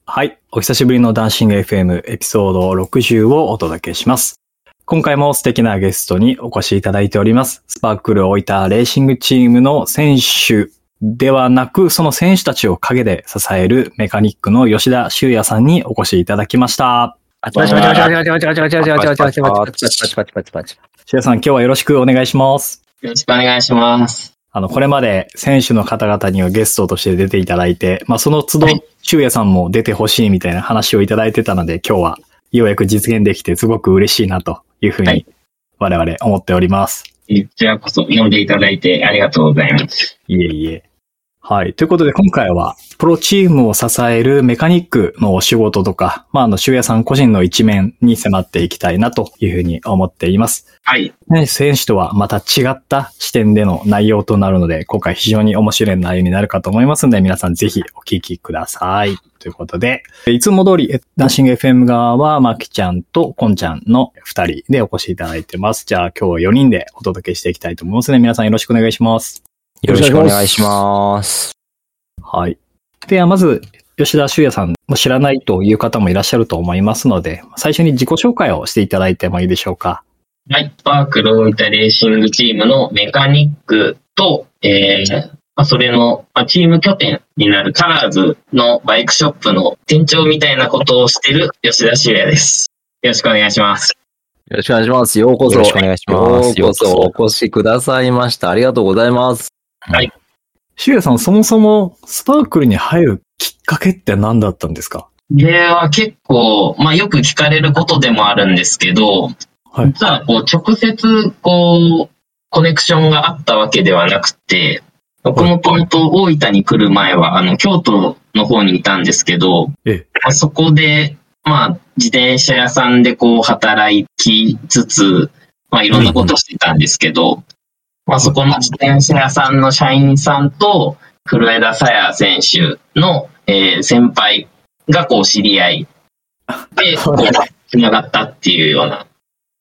はい。お久しぶりのダンシング FM エピソード60をお届けします。今回も素敵なゲストにお越しいただいております。スパークル大分レーシングチームの選手ではなく、その選手たちを陰で支えるメカニックの吉田修也さんにお越しいただきました。修也さん、今日はよろしくお願いします。 よろしくお願いします。 これまで選手の方々にはゲストとして出ていただいて、その都度、修也さんも出てほしいみたいな話をいただいてたので、今日はようやく実現できてすごく嬉しいなというふうに我々思っております。 こちらこそ呼んでいただいてありがとうございます。 いえいえ。はい。ということで今回はプロチームを支えるメカニックのお仕事とか、修也さん個人の一面に迫っていきたいなというふうに思っています。 はい。 選手とはまた違った視点での内容となるので、今回非常に面白い内容になるかと思いますので、皆さんぜひお聞きください。ということで、いつも通りダンシング FM 側はマキちゃんとコンちゃんの2人でお越しいただいてます。じゃあ今日は4人でお届けしていきたいと思いますので、皆さんよろしくお願いします。 よろしくお願いします。 はい。ではまず、吉田修也さんも知らないという方もいらっしゃると思いますので、最初に自己紹介をしていただいてもいいでしょうか。 はい。スパークル大分レーシングチームのメカニックと、それのチーム拠点になるカラーズのバイクショップの店長みたいなことをしている吉田修也です。よろしくお願いします。 よろしくお願いします。ようこそ。 よろしくお願いします。 ようこそお越しくださいました。ありがとうございます。 はい。 修也さん、そもそもスパークルに入るきっかけって何だったんですか？ これは結構、よく聞かれることでもあるんですけど、 はい、 実は直接コネクションがあったわけではなくて、僕もともと大分に来る前は京都の方にいたんですけど、そこで自転車屋さんで働きつつ、いろんなことをしてたんですけど、そこの自転車屋さんの社員さんと黒枝沙耶選手の、先輩が知り合いで繋がったっていうような。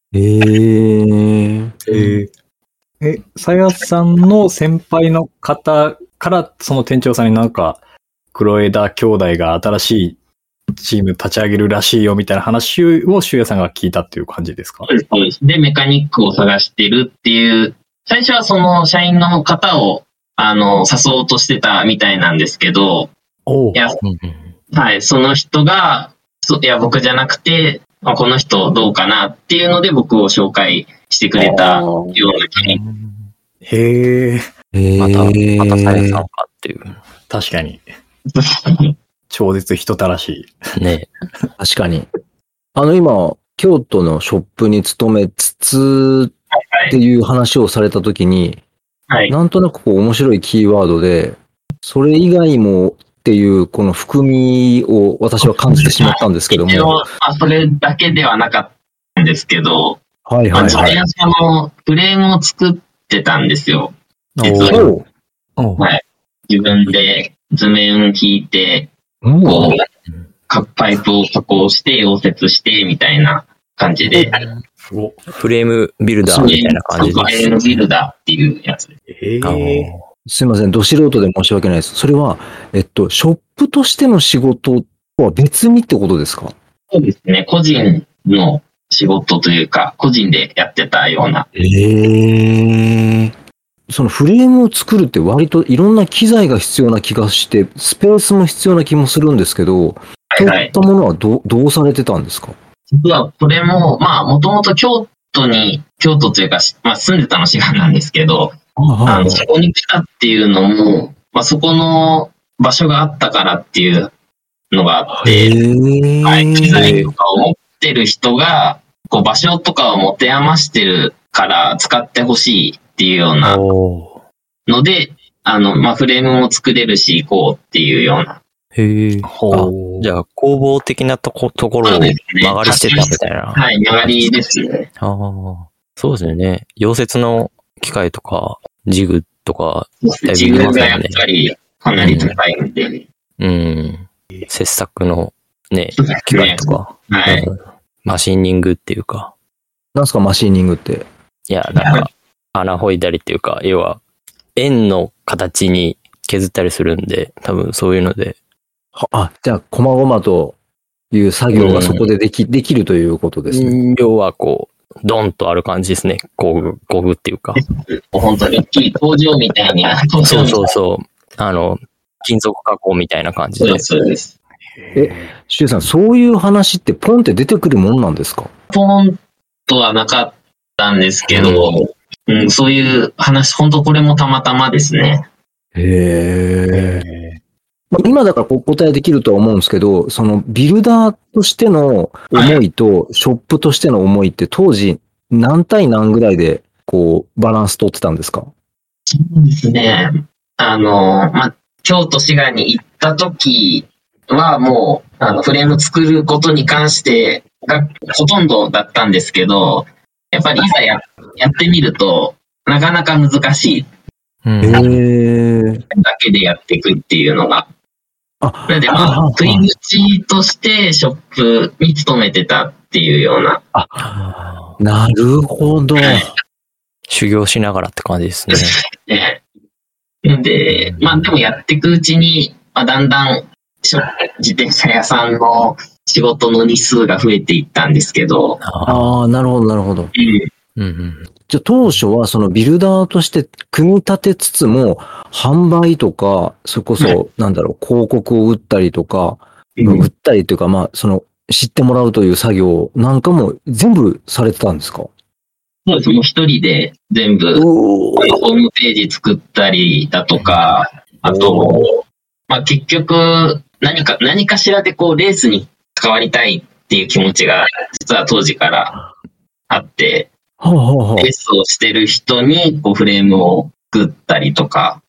沙耶さんの先輩の方からその店長さんに黒枝兄弟が新しいチーム立ち上げるらしいよみたいな話を修也さんが聞いたっていう感じですか？ そうです。で、メカニックを探してるっていう、最初はその社員の方を誘おうとしてたみたいなんですけど、はい、その人が、僕じゃなくて、この人どうかなっていうので僕を紹介してくれたような気に。 またさやさんかっていう。 確かに。超絶人たらしい。ね確かに。今、京都のショップに勤めつつっていう話をされたときに、なんとなく面白いキーワードで、それ以外もっていうこの含みを私は感じてしまったんですけども。 それだけではなかったんですけど、自転車のフレームを作ってたんですよ。実は。自分で図面引いて、パイプを加工して溶接してみたいな感じで。 フレームビルダーみたいな感じです。 フレームビルダーっていうやつです。 すいません、ど素人で申し訳ないです。それは、ショップとしての仕事は別にってことですか？ そうですね。個人の仕事というか、個人でやってたような。 そのフレームを作るって割といろんな機材が必要な気がして、スペースも必要な気もするんですけど、そういったものはどうされてたんですか？ 実はこれも、もともと京都というか、住んでたの滋賀なんですけど、そこに来たっていうのも、そこの場所があったからっていうのがあって、機材とかを持ってる人が、場所とかを持て余してるから使ってほしいっていうようなので、フレームも作れるし、行こうっていうような。 じゃあ、工房的なところを間借りしてたみたいな。 はい、間借りですね。 そうですよね。溶接の機械とか、ジグとか、 ジグがやっぱりかなり高いんで。 切削のね、機械とか。マシンニングっていうか。なんすか、マシンニングって。いや、穴掘いたりっていうか、要は、円の形に削ったりするんで、多分そういうので、 じゃあ、細々という作業がそこでできるということですね。 要はこう、ドンとある感じですね。工具っていうか。 本当に大きい工場みたいに。 そう。金属加工みたいな感じで。 そうです。 シュウさん、そういう話ってポンって出てくるもんなんですか？ ポンとはなかったんですけど、そういう話、本当これもたまたまですね。 今だから答えできるとは思うんですけど、そのビルダーとしての思いとショップとしての思いって当時何対何ぐらいでこうバランス取ってたんですか？ そうですね。京都滋賀に行った時はもう、フレーム作ることに関してがほとんどだったんですけど、やっぱりいざやってみるとなかなか難しい。だけでやっていくっていうのが。なので食い口としてショップに勤めてたっていうような。 なるほど。 修行しながらって感じですね。 で、でもやっていくうちに、だんだん自転車屋さんの仕事の日数が増えていったんですけど。 なるほど、なるほど。じゃあ当初はそのビルダーとして組み立てつつも、販売とか、それこそ、広告を打ったりとか、売ったりというか、知ってもらうという作業なんかも全部されてたんですか？ そうです。もう一人で全部、ホームページ作ったりだとか、あと、結局、何かしらでこう、レースに関わりたいっていう気持ちが、実は当時からあって、レースをしてる人にこうフレームを作ったりとか。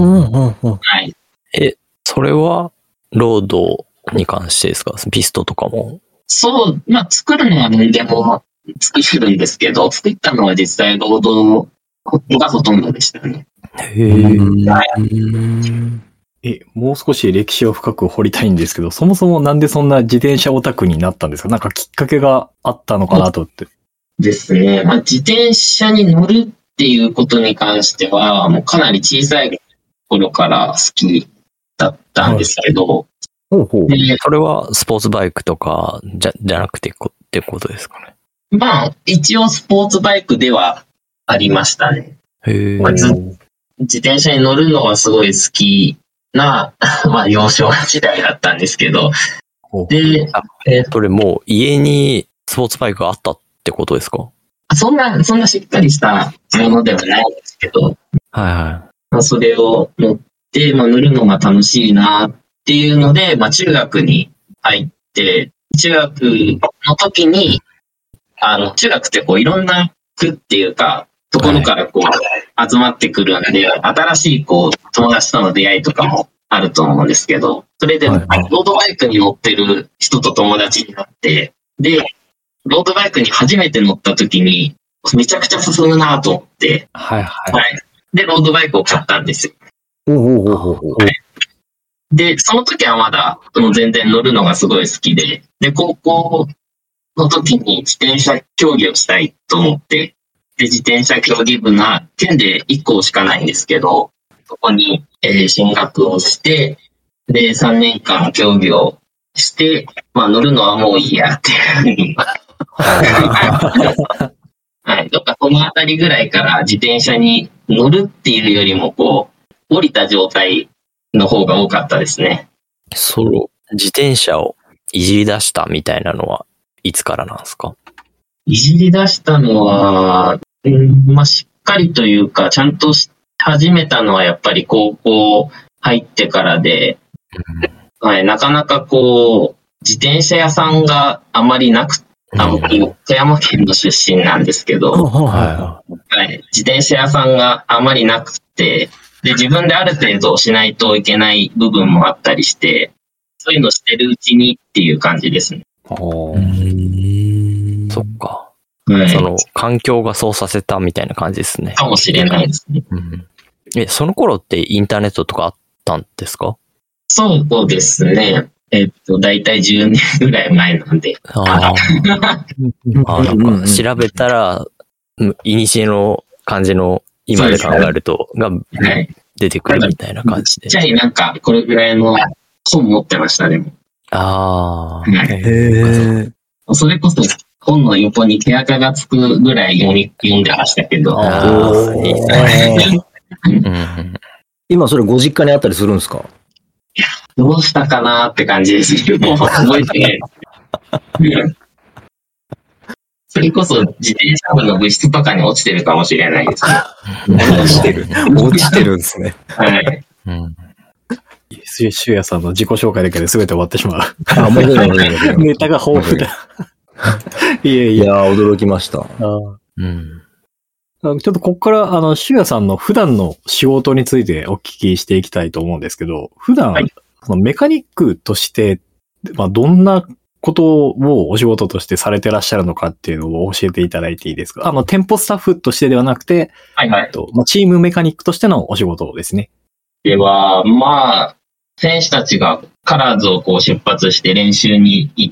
それはロードに関してですか？ピストとかも。 そう、作るのは何でも作るんですけど、作ったのは実際ロードがほとんどでしたね。 もう少し歴史を深く掘りたいんですけど、そもそもなんでそんな自転車オタクになったんですか？なんかきっかけがあったのかなとって。 ですね。自転車に乗るっていうことに関しては、もうかなり小さい頃から好きだったんですけど。 それはスポーツバイクとかじゃなくてってことですかね。 一応スポーツバイクではありましたね。自転車に乗るのはすごい好きな、幼少時代だったんですけど。で、 それもう家にスポーツバイクがあったってことですか？ そんなしっかりしたものではないんですけど。それを乗って、乗るのが楽しいなっていうので、中学に入って、中学の時に、中学ってこういろんな区っていうか、ところからこう集まってくるんで、新しいこう友達との出会いとかもあると思うんですけど、それでロードバイクに乗ってる人と友達になって、で、ロードバイクに初めて乗った時に、めちゃくちゃ進むなと思って、で、ロードバイクを買ったんですよ。で、その時はまだ全然乗るのがすごい好きで、で、高校の時に自転車競技をしたいと思って、で、自転車競技部が県で1校しかないんですけど、そこに進学をして、で、3年間競技をして、乗るのはもういいやっていうふうに。どっかこのあたりぐらいから自転車に乗るっていうよりも、こう、降りた状態の方が多かったですね。 自転車をいじり出したみたいなのはいつからなんですか？ いじり出したのは、しっかりというか、ちゃんと始めたのはやっぱり高校入ってからで、なかなかこう、自転車屋さんがあまりなくて、僕、富山県の出身なんですけど、自転車屋さんがあまりなくて、で、自分である程度しないといけない部分もあったりして、そういうのしてるうちにっていう感じですね。 そっか。その環境がそうさせたみたいな感じですね。 かもしれないですね。 その頃ってインターネットとかあったんですか？ そうですね。だいたい10年ぐらい前なんで。 なんか調べたら、いにしえの感じの今で考えると、が出てくるみたいな感じで。 ちっちゃいなんか、これぐらいの本持ってました、でも。 ああ。 へえ。それこそ、本の横に手垢がつくぐらい読んでましたけど。 今それご実家にあったりするんですか？ どうしたかなって感じですけど、もう覚えてない。それこそ自転車部の部室とかに落ちてるかもしれないですね。 落ちてるんですね。 はい。 シュウヤさんの自己紹介だけで全て終わってしまう。 あ、もうネタが豊富だ。 いや、驚きました。 ちょっとここから、シュウヤさんの普段の仕事についてお聞きしていきたいと思うんですけど、普段、そのメカニックとして、どんなことをお仕事としてされてらっしゃるのかっていうのを教えていただいていいですか？店舗スタッフとしてではなくて、チームメカニックとしてのお仕事ですね。 では、選手たちがカラーズを出発して練習に行って、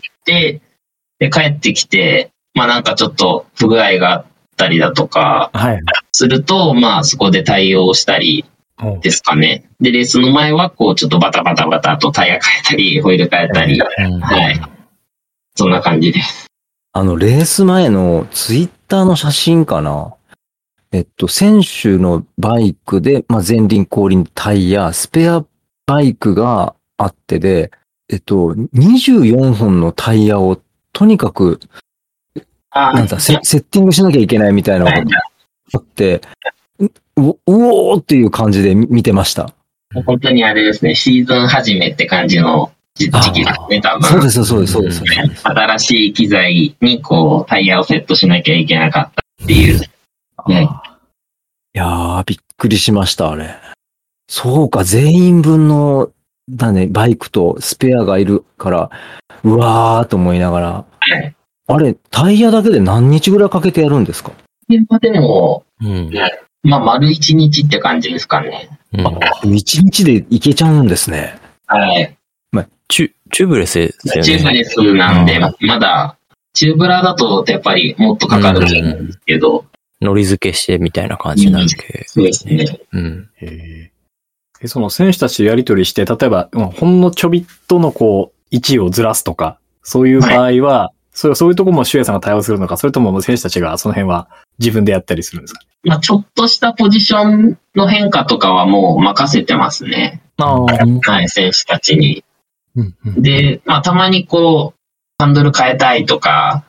で、帰ってきて、なんかちょっと不具合があったりだとか、すると、そこで対応したりですかね。で、レースの前は、ちょっとバタバタとタイヤ変えたり、ホイール変えたり、そんな感じです。 レース前のツイッターの写真かな。選手のバイクで、前輪後輪タイヤ、スペアバイクがあってで、24本のタイヤをとにかく、セッティングしなきゃいけないみたいなのがあって、うおーっていう感じで見てました。 本当にあれですね、シーズン始めって感じの時期ですね、多分。 そうです。 新しい機材にタイヤをセットしなきゃいけなかったっていう。 いやー、びっくりしました、あれ。そうか、全員分の、バイクとスペアがいるから、うわーと思いながら。あれ、タイヤだけで何日ぐらいかけてやるんですか？ でも、丸1日って感じですかね。 1日でいけちゃうんですね。 はい。 チューブレスですよね。 チューブレスなんで、まだ、チューブラーだとやっぱりもっとかかるんですけど。 のり付けしてみたいな感じになるけ。 そうですね。 その選手たちとやり取りして、例えば、ほんのちょびっとの位置をずらすとか、そういう場合は、そういうとこもシュウヤさんが対応するのか、それとも選手たちがその辺は自分でやったりするんですか？ ちょっとしたポジションの変化とかはもう任せてますね。選手たちに。で、たまにハンドル変えたいとか、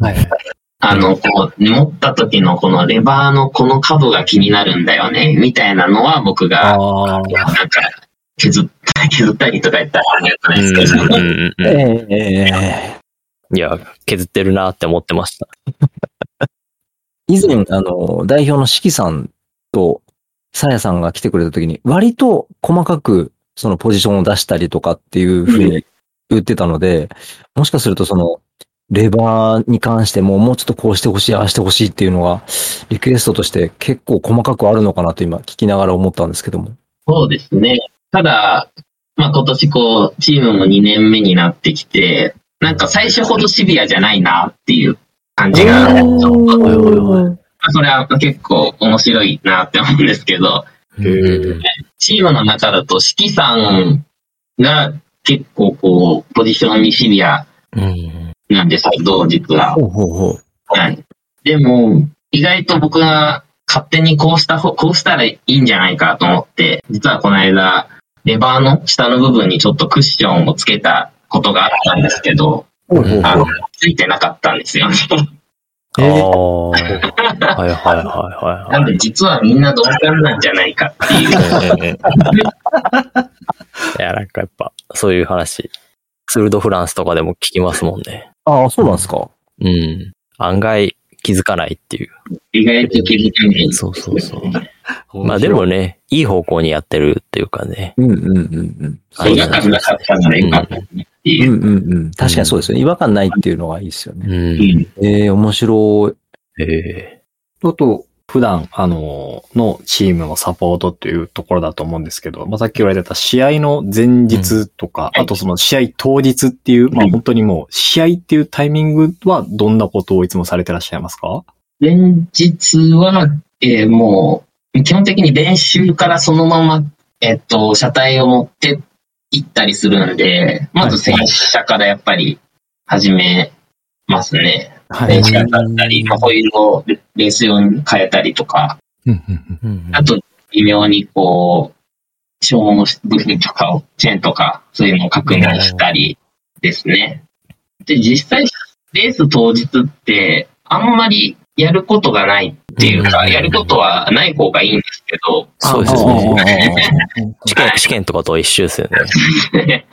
持った時のこのレバーのこの角が気になるんだよね、みたいなのは僕が、削ったりとか言ったらあれやったんですけど。 いや、削ってるなって思ってました。 以前、代表の四季さんとさやさんが来てくれた時に、割と細かくそのポジションを出したりとかっていうふうに言ってたので、もしかするとレバーに関してもうちょっとこうしてほしい、ああしてほしいっていうのが、リクエストとして結構細かくあるのかなと今聞きながら思ったんですけども。 そうですね。ただ、今年チームも2年目になってきて、なんか最初ほどシビアじゃないなっていう感じが、それは結構面白いなって思うんですけど、チームの中だと四季さんが結構ポジションにシビアなんですけど、実は。でも、意外と僕が勝手にこうしたらいいんじゃないかと思って、実はこの間、レバーの下の部分にちょっとクッションをつけたことがあったんですけど、ついてなかったんですよね。なんで実はみんな同感なんじゃないかっていう。 いや、なんかやっぱ、そういう話、ツールドフランスとかでも聞きますもんね。 ああ、そうなんですか。 案外気づかないっていう。 意外と気づかない。 そう。でもね、いい方向にやってるっていうかね。 違和感なかったのでよかったねっていう。 確かにそうですよね。違和感ないっていうのがいいですよね。面白い。 あと、普段、のチームのサポートっていうところだと思うんですけど、さっき言われてた試合の前日とか、あとその試合当日っていう、本当にもう試合っていうタイミングはどんなことをいつもされてらっしゃいますか？ 前日は、もう、基本的に練習からそのまま、車体を持って行ったりするんで、まず洗車からやっぱり始めますね。洗車だったり、ホイールをレース用に変えたりとか、あと微妙にこう、消耗部品とかを、チェーンとか、そういうのを確認したりですね。で、実際、レース当日って、あんまりやることがないっていうか、やることはない方がいいんですけど。 そうですね。試験とかと一緒ですよね。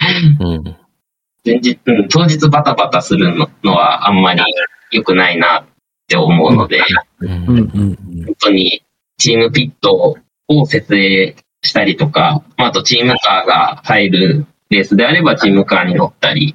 当日バタバタするのはあんまり良くないなって思うので、本当にチームピットを設営したりとか、あとチームカーが入るレースであればチームカーに乗ったり、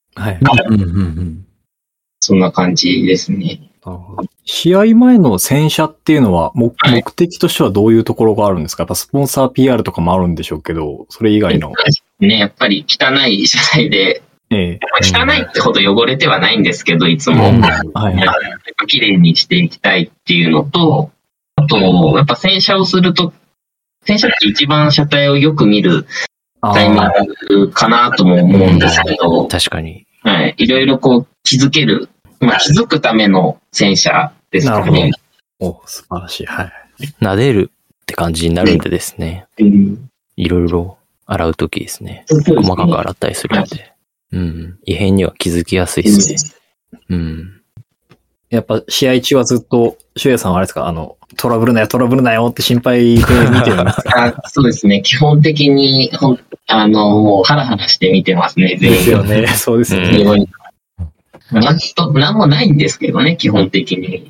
そんな感じですね。 試合前の洗車っていうのは目的としてはどういうところがあるんですか？やっぱスポンサー PR とかもあるんでしょうけど、それ以外の。 ね、やっぱり汚い車体で、汚いってほど汚れてはないんですけど、いつも。綺麗にしていきたいっていうのと、あと、やっぱ洗車をすると、洗車って一番車体をよく見るタイミングかなとも思うんですけど、 確かに。 はい。いろいろこう気づける、気づくための洗車ですかね。 素晴らしい。はい。 撫でるって感じになるんでですね。いろいろ洗うときですね。細かく洗ったりするので。異変には気づきやすいですね。 やっぱ試合中はずっと、シュウヤさんはあれですか、トラブルなよって心配で見てるんですか？ そうですね。基本的に、もうハラハラして見てますね、全員。 ですよね。そうですよね。 なんもないんですけどね、基本的に。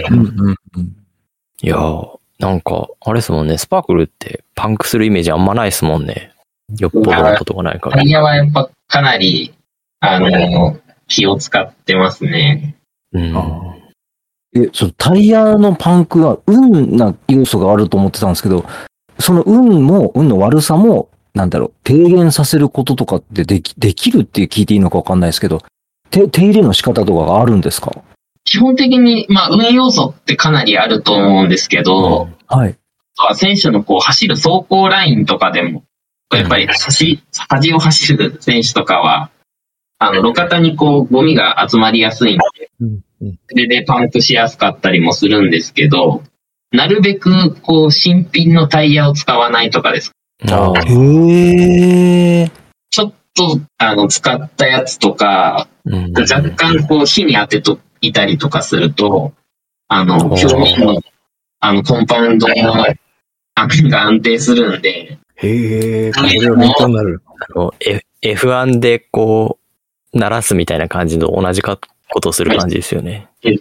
いやー、なんか、あれですもんね、スパークルってパンクするイメージあんまないですもんね。よっぽどのことがないから。 タイヤはやっぱかなり、気を使ってますね。 そのタイヤのパンクは運な要素があると思ってたんですけど、その運の悪さも、低減させることとかってできるって聞いていいのかわかんないですけど、手入れの仕方とかがあるんですか？ 基本的に、運要素ってかなりあると思うんですけど、選手の走る走行ラインとかでも、やっぱり端を走る選手とかは、路肩にゴミが集まりやすいんで、それでパンクしやすかったりもするんですけど、なるべく新品のタイヤを使わないとかです。ちょっと使ったやつとか、若干火に当てといたりとかすると、表面のコンパウンドの網が安定するんで。 これは勉強になる。 F1 で鳴らすみたいな感じの同じことをする感じですよね。 て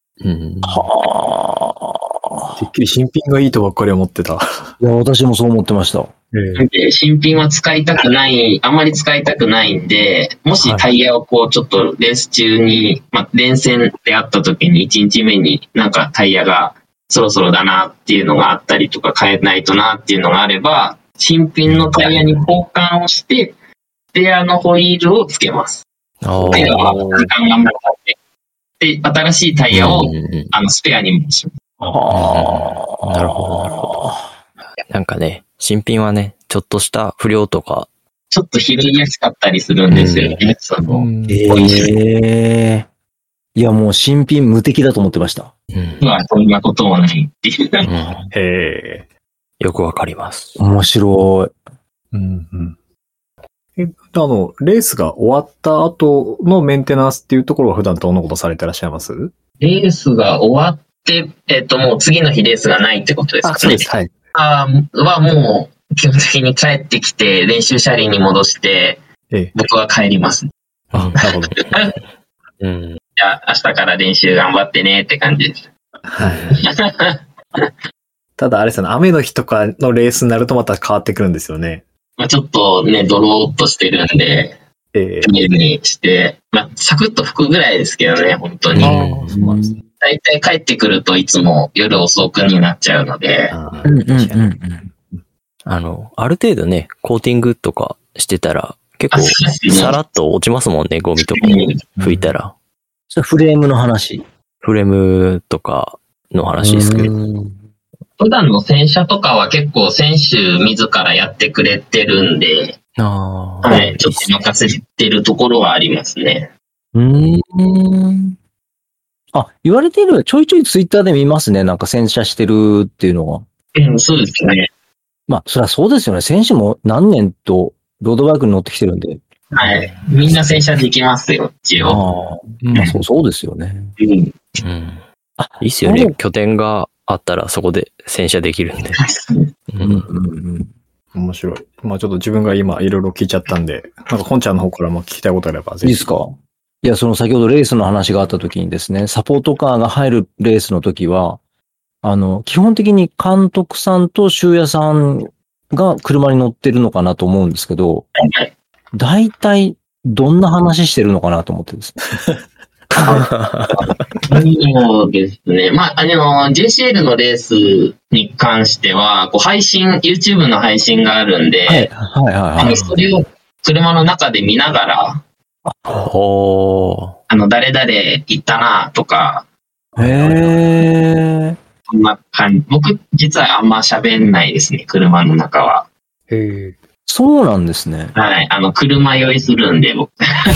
っきり新品がいいとばっかり思ってた。 いや、私もそう思ってました。 新品はあんまり使いたくないんで、もしタイヤをちょっとレース中に、連戦であった時に1日目にタイヤがそろそろだなっていうのがあったりとか変えないとなっていうのがあれば、新品のタイヤに交換をして、スペアのホイールをつけます。スペアは時間がかかって、で、新しいタイヤをスペアに戻します。 なるほど。なんかね、新品はね、ちょっとした不良とか。 ちょっと拾いやすかったりするんですよね。いや、もう新品無敵だと思ってました。 そんなこともないっていう。 よくわかります。 面白い。 レースが終わった後のメンテナンスっていうところは普段どんなことされてらっしゃいます？ レースが終わって、もう次の日レースがないってことですかね。 そうです。はい。 はもう基本的に帰ってきて練習車輪に戻して、僕は帰ります。 なるほど。 じゃあ明日から練習頑張ってねって感じです。 ただあれですよね、雨の日とかのレースになるとまた変わってくるんですよね。 ちょっとね、ドローっとしてるんで、家にして、サクッと拭くぐらいですけどね、本当に。大体帰ってくるといつも夜遅くになっちゃうので。 ある程度ね、コーティングとかしてたら、結構、さらっと落ちますもんね、ゴミとかも拭いたら。 それフレームの話？ フレームとかの話ですけど。 普段の洗車とかは結構選手自らやってくれてるんで、 はい、ちょっと任せてるところはありますね。 言われているちょいちょいツイッターで見ますね。なんか洗車してるっていうのは。 そうですね。 そりゃそうですよね。選手も何年とロードバイクに乗ってきてるんで。 はい。みんな洗車できますよ、一応。 そうですよね。 いいっすよね。拠点があったらそこで洗車できるんで。 面白い。ちょっと自分が今いろいろ聞いちゃったんで、なんか本ちゃんの方からも聞きたいことあればぜひ。 いいですか？いや、その先ほどレースの話があった時にですね、サポートカーが入るレースの時は、基本的に監督さんと修也さんが車に乗ってるのかなと思うんですけど、大体どんな話してるのかなと思ってですね。 そうですね。JCL のレースに関しては、YouTube の配信があるんで、それを車の中で見ながら、誰々行ったなとか、そんな感じ。僕、実はあんま喋んないですね、車の中は。 そうなんですね。 はい。車酔いするんで、僕。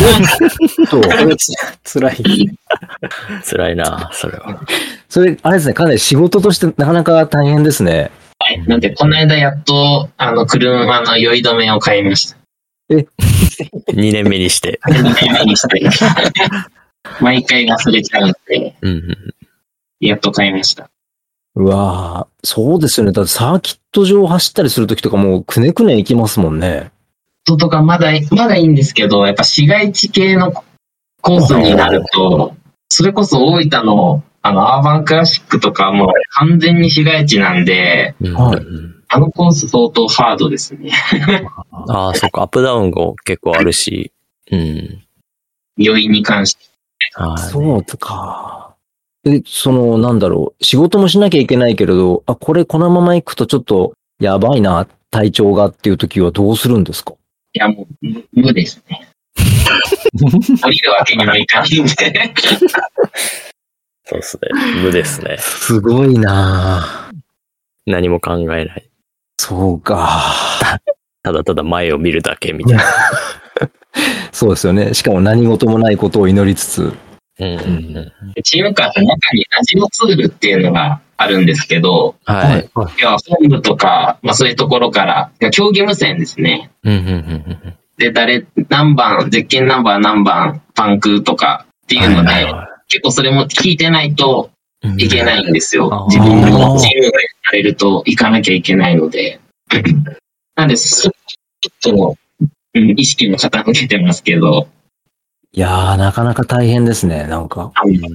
辛い。 辛いな、それは。 それ、あれですね、かなり仕事としてなかなか大変ですね。 はい。なんで、この間やっと、車の酔い止めを買いました。 2年目にして。 2年目にして。毎回忘れちゃうんで、やっと買いました。 うわぁ、そうですよね。だってサーキット場走ったりするときとかもうくねくね行きますもんね。 とかまだいいんですけど、やっぱ市街地系のコースになると、それこそ大分のアーバンクラシックとかも完全に市街地なんで、あのコース相当ハードですね。 そっか、アップダウンが結構あるし、 酔いに関して。 そうか。仕事もしなきゃいけないけれど、このまま行くとちょっとやばいな、体調がっていう時はどうするんですか？ いや、もう、無ですね。降りるわけにはいかないんで。 そうですね。無ですね。 すごいなぁ。 何も考えない。 そうか。 ただただ前を見るだけみたいな。 そうですよね。しかも何事もないことを祈りつつ。 チームカーの中にラジオツールっていうのがあるんですけど、本部とか、そういうところから、競技無線ですね。で、何番、ゼッケンナンバー何番、パンクとかっていうので、結構それも聞いてないといけないんですよ。自分のチームがやれると行かなきゃいけないので。なんで、ちょっと、意識も傾けてますけど。 いやー、なかなか大変ですね、なんか。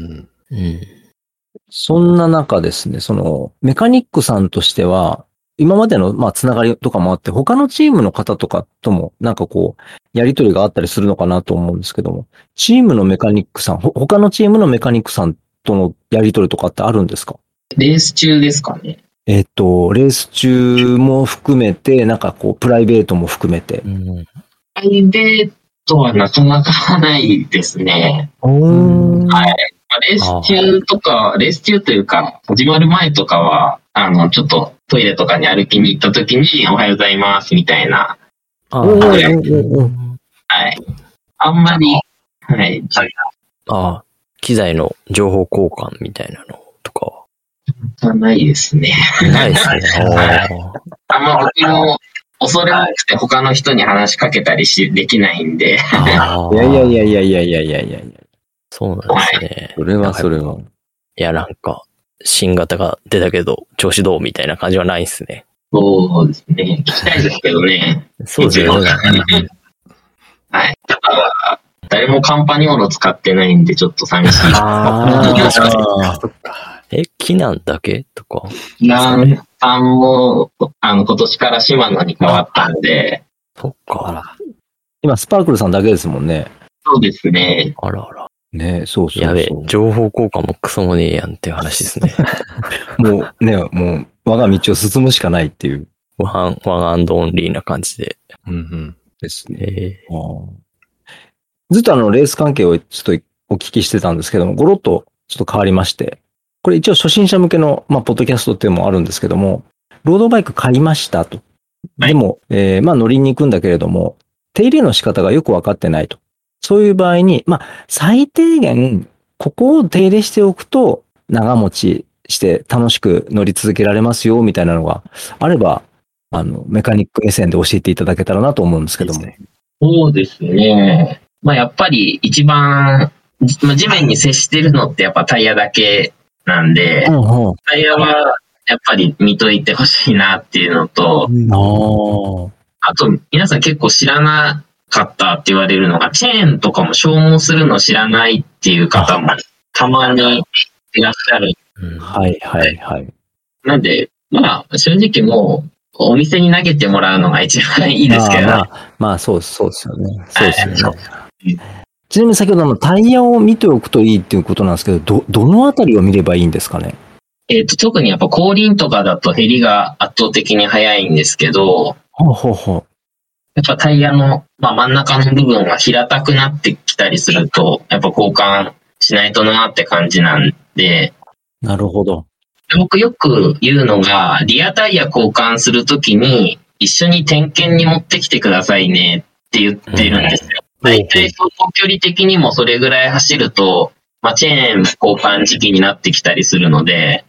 そんな中ですね、メカニックさんとしては、今までの、つながりとかもあって、他のチームの方とかとも、やりとりがあったりするのかなと思うんですけども、チームのメカニックさん、他のチームのメカニックさんとのやりとりとかってあるんですか？ レース中ですかね。 レース中も含めて、プライベートも含めて。プライベートはなかなかないですね。はい。レース中というか、始まる前とかは、ちょっとトイレとかに歩きに行った時に、おはようございますみたいな。はい。あんまり、はい。 機材の情報交換みたいなのとかはないですね。 ないですね。 あんま僕も恐れ多くて他の人に話しかけたりできないんで。 いや。 そうなんですね。 それは。 いや、新型が出たけど、調子どうみたいな感じはないですね。 そうですね。聞きたいですけどね。 そうですね。 はい。だから、誰もカンパニオーロ使ってないんで、ちょっと寂しい。 キナンだけとか。 キナンさんも、今年からシマノに変わったんで。 そっか。 今、スパークルさんだけですもんね。 そうですね。 あらあら。 ね、そう。 やべえ、情報交換もクソもねえやんっていう話ですね。 もう、我が道を進むしかないっていう。 ワンアンドオンリーな感じで。 ですね。ずっとレース関係をちょっとお聞きしてたんですけども、ゴロッとちょっと変わりまして、これ一応初心者向けの、ポッドキャストっていうのもあるんですけども、ロードバイク買いましたと。 でも、まあ乗りに行くんだけれども、手入れの仕方がよくわかってないと。そういう場合に、まあ最低限、ここを手入れしておくと長持ちして楽しく乗り続けられますよ、みたいなのがあれば、メカニック目線で教えていただけたらなと思うんですけども。 そうですね。まあやっぱり一番、地面に接してるのってやっぱタイヤだけなんで、タイヤはやっぱり見といてほしいなっていうのと、あと皆さん結構知らなかったって言われるのが、チェーンとかも消耗するの知らないっていう方もたまにいらっしゃる。 はいはいはい。 なんで、まあ正直もうお店に投げてもらうのが一番いいですけど。 まあそうですよね。そうですよね。ちなみに先ほどのタイヤを見ておくといいっていうことなんですけど、どのあたりを見ればいいんですかね？ 特にやっぱ後輪とかだと減りが圧倒的に早いんですけど、やっぱタイヤの、まあ、真ん中の部分が平たくなってきたりすると、やっぱ交換しないとなって感じなんで。 なるほど。 僕よく言うのが、リアタイヤ交換するときに一緒に点検に持ってきてくださいねって言ってるんですよ。大体走行距離的にもそれぐらい走ると、まあ、チェーン交換時期になってきたりするので、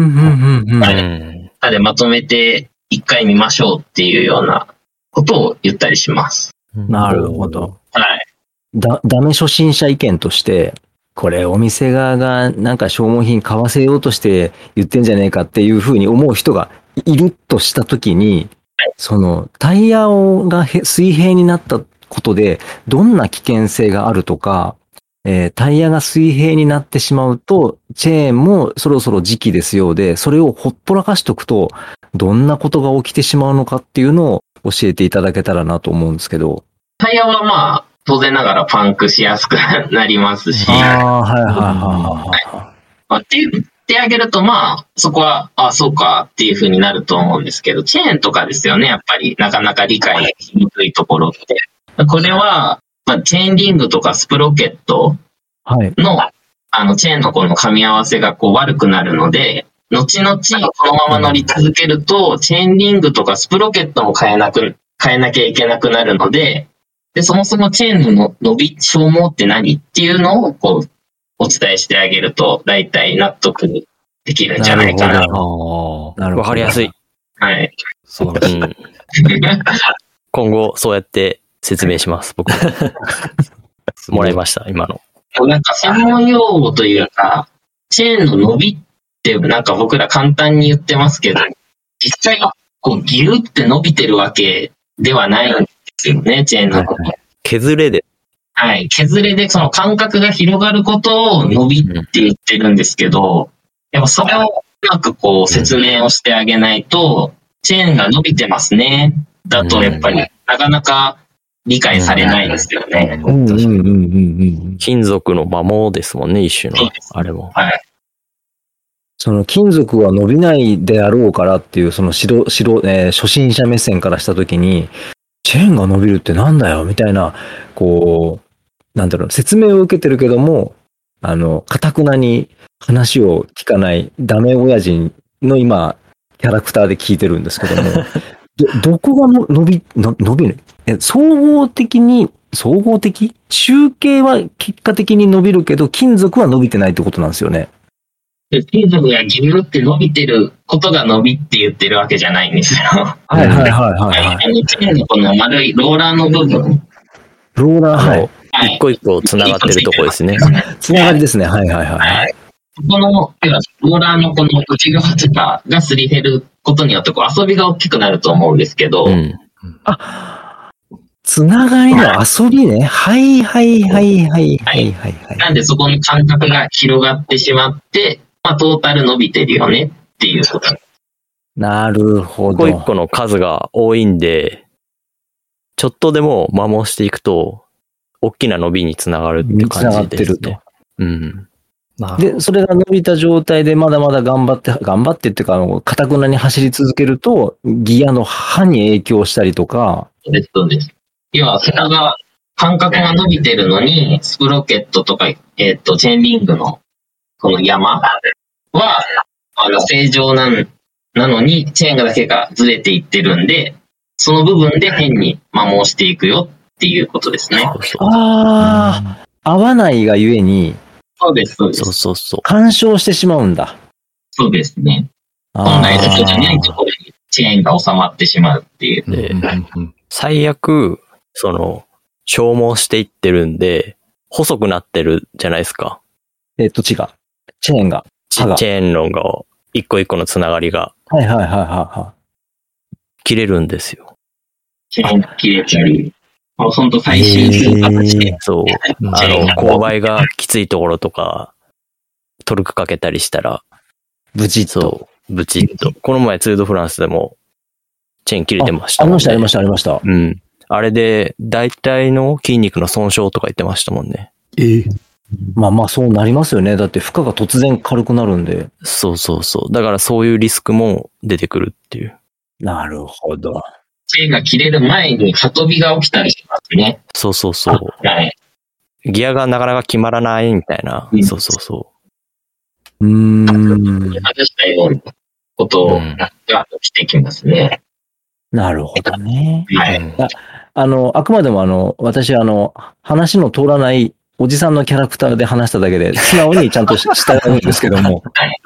でまとめて一回見ましょうっていうようなことを言ったりします。 なるほど。 はい。 ダメ初心者意見として、これお店側がなんか消耗品買わせようとして言ってんじゃねえかっていうふうに思う人がいるとしたときに、そのタイヤが水平になったことでどんな危険性があるとか、タイヤが水平になってしまうとチェーンもそろそろ時期ですようで、それをほっぽらかしとくとどんなことが起きてしまうのかっていうのを教えていただけたらなと思うんですけど。 タイヤはまあ当然ながらパンクしやすくなりますし。って言ってあげると、まあ、そこは、そうかっていう風になると思うんですけど、チェーンとかですよね、やっぱり、なかなか理解しにくいところって。これは、まあ、チェーンリングとかスプロケットの、チェーンのこの噛み合わせがこう悪くなるので、後々このまま乗り続けると、チェーンリングとかスプロケットも変えなきゃいけなくなるので、そもそもチェーンの伸び、消耗って何っていうのをこうお伝えしてあげると、だいたい納得できるんじゃないかな。 わかりやすい。 はい。 そうです。今後そうやって説明します、僕。もらいました、今の。 なんか専門用語というか、チェーンの伸びってなんか僕ら簡単に言ってますけど、実際こうギュって伸びてるわけではないんですよね、チェーンの。 削れで。 はい。削れでその間隔が広がることを伸びって言ってるんですけど、やっぱそれをうまくこう説明をしてあげないと、チェーンが伸びてますね。だとやっぱりなかなか理解されないですよね。 金属の摩耗ですもんね、一種の。あれも。 はい。 その金属は伸びないであろうからっていう、その初心者目線からしたときに、チェーンが伸びるってなんだよみたいな、こう、なんだろう、説明を受けてるけども、堅くなに話を聞かないダメ親父の今、キャラクターで聞いてるんですけども、どこが伸びる？総合的集計は結果的に伸びるけど、金属は伸びてないってことなんですよね。 金属がギューって伸びてることが伸びって言ってるわけじゃないんですよ。 はい。 チェーンのこの丸いローラーの部分。 ローラー、 はい。一個一個繋がってるとこですね。 繋がりですね。はい。 この、ローラーのこの内側とかがすり減ることによってこう遊びが大きくなると思うんですけど。 つながりの遊びね。はい。 なんでそこの間隔が広がってしまって、まあトータル伸びてるよねっていうこと。 なるほど。 一個一個の数が多いんで、ちょっとでも摩耗していくと、大きな伸びにつながるって感じですね。つながってると。で、それが伸びた状態でまだまだ頑張ってっていうか、堅くなに走り続けると、ギアの刃に影響したりとか。 そうです。要は、そこが、間隔が伸びてるのに、スプロケットとか、チェーンリングの、この山は、正常なのに、チェーンがだけがずれていってるんで、 その部分で変に摩耗していくよっていうことですね。 ああ、合わないがゆえに。 そうです、そうです。 そう。 干渉してしまうんだ。 そうですね。本来そうじゃないところにチェーンが収まってしまうっていう。 で、最悪、消耗していってるんで、細くなってるじゃないですか。 違う。チェーンが。 チェーンのが、一個一個のつながりが。 はい。 切れるんですよ。 チェーンが切れたり。本当最終形で。 そう。勾配がきついところとか、トルクかけたりしたら、 ブチッと。 そう、ブチッと。この前ツール・ド・フランスでも、チェーン切れてましたもんね。 ありました。 うん。あれで、大体の筋肉の損傷とか言ってましたもんね。 まあ、そうなりますよね。だって負荷が突然軽くなるんで。 そう。だからそういうリスクも出てくるっていう。 なるほど。 チェーンが切れる前に歯飛びが起きたりしますね。 そう。 はい。 ギアがなかなか決まらないみたいな。そう。 話したようなことが起きてきますね。 なるほどね。 はい。 あくまでも私話の通らないおじさんのキャラクターで話しただけで、素直にちゃんと従うんですけども、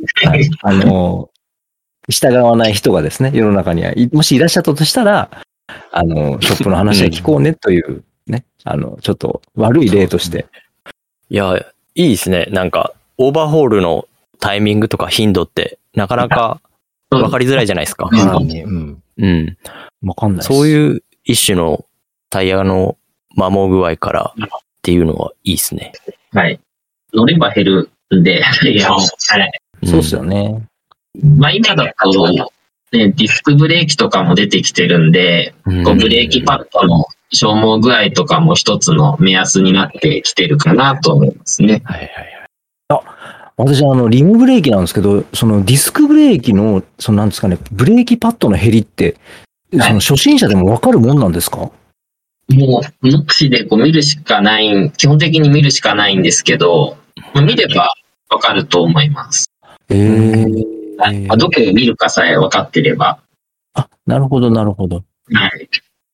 従わない人がですね、世の中には、もしいらっしゃったとしたら、ショップの話は聞こうねというね、ちょっと悪い例として。 いや、いいですね。なんか、オーバーホールのタイミングとか頻度って、なかなか分かりづらいじゃないですか。 わかんない。 そういう一種のタイヤの摩耗具合からっていうのはいいですね。 はい。乗れば減るんで、 そうですよね。 まあ今だと、ね、ディスクブレーキとかも出てきてるんで、ブレーキパッドの消耗具合とかも一つの目安になってきてるかなと思いますね。 私リムブレーキなんですけど、そのディスクブレーキの、なんですかね、ブレーキパッドの減りって、初心者でもわかるもんなんですか？ もう、目視で見るしかない、基本的に見るしかないんですけど、見ればわかると思います。どこを見るかさえ分かってれば。 なるほど。 はい。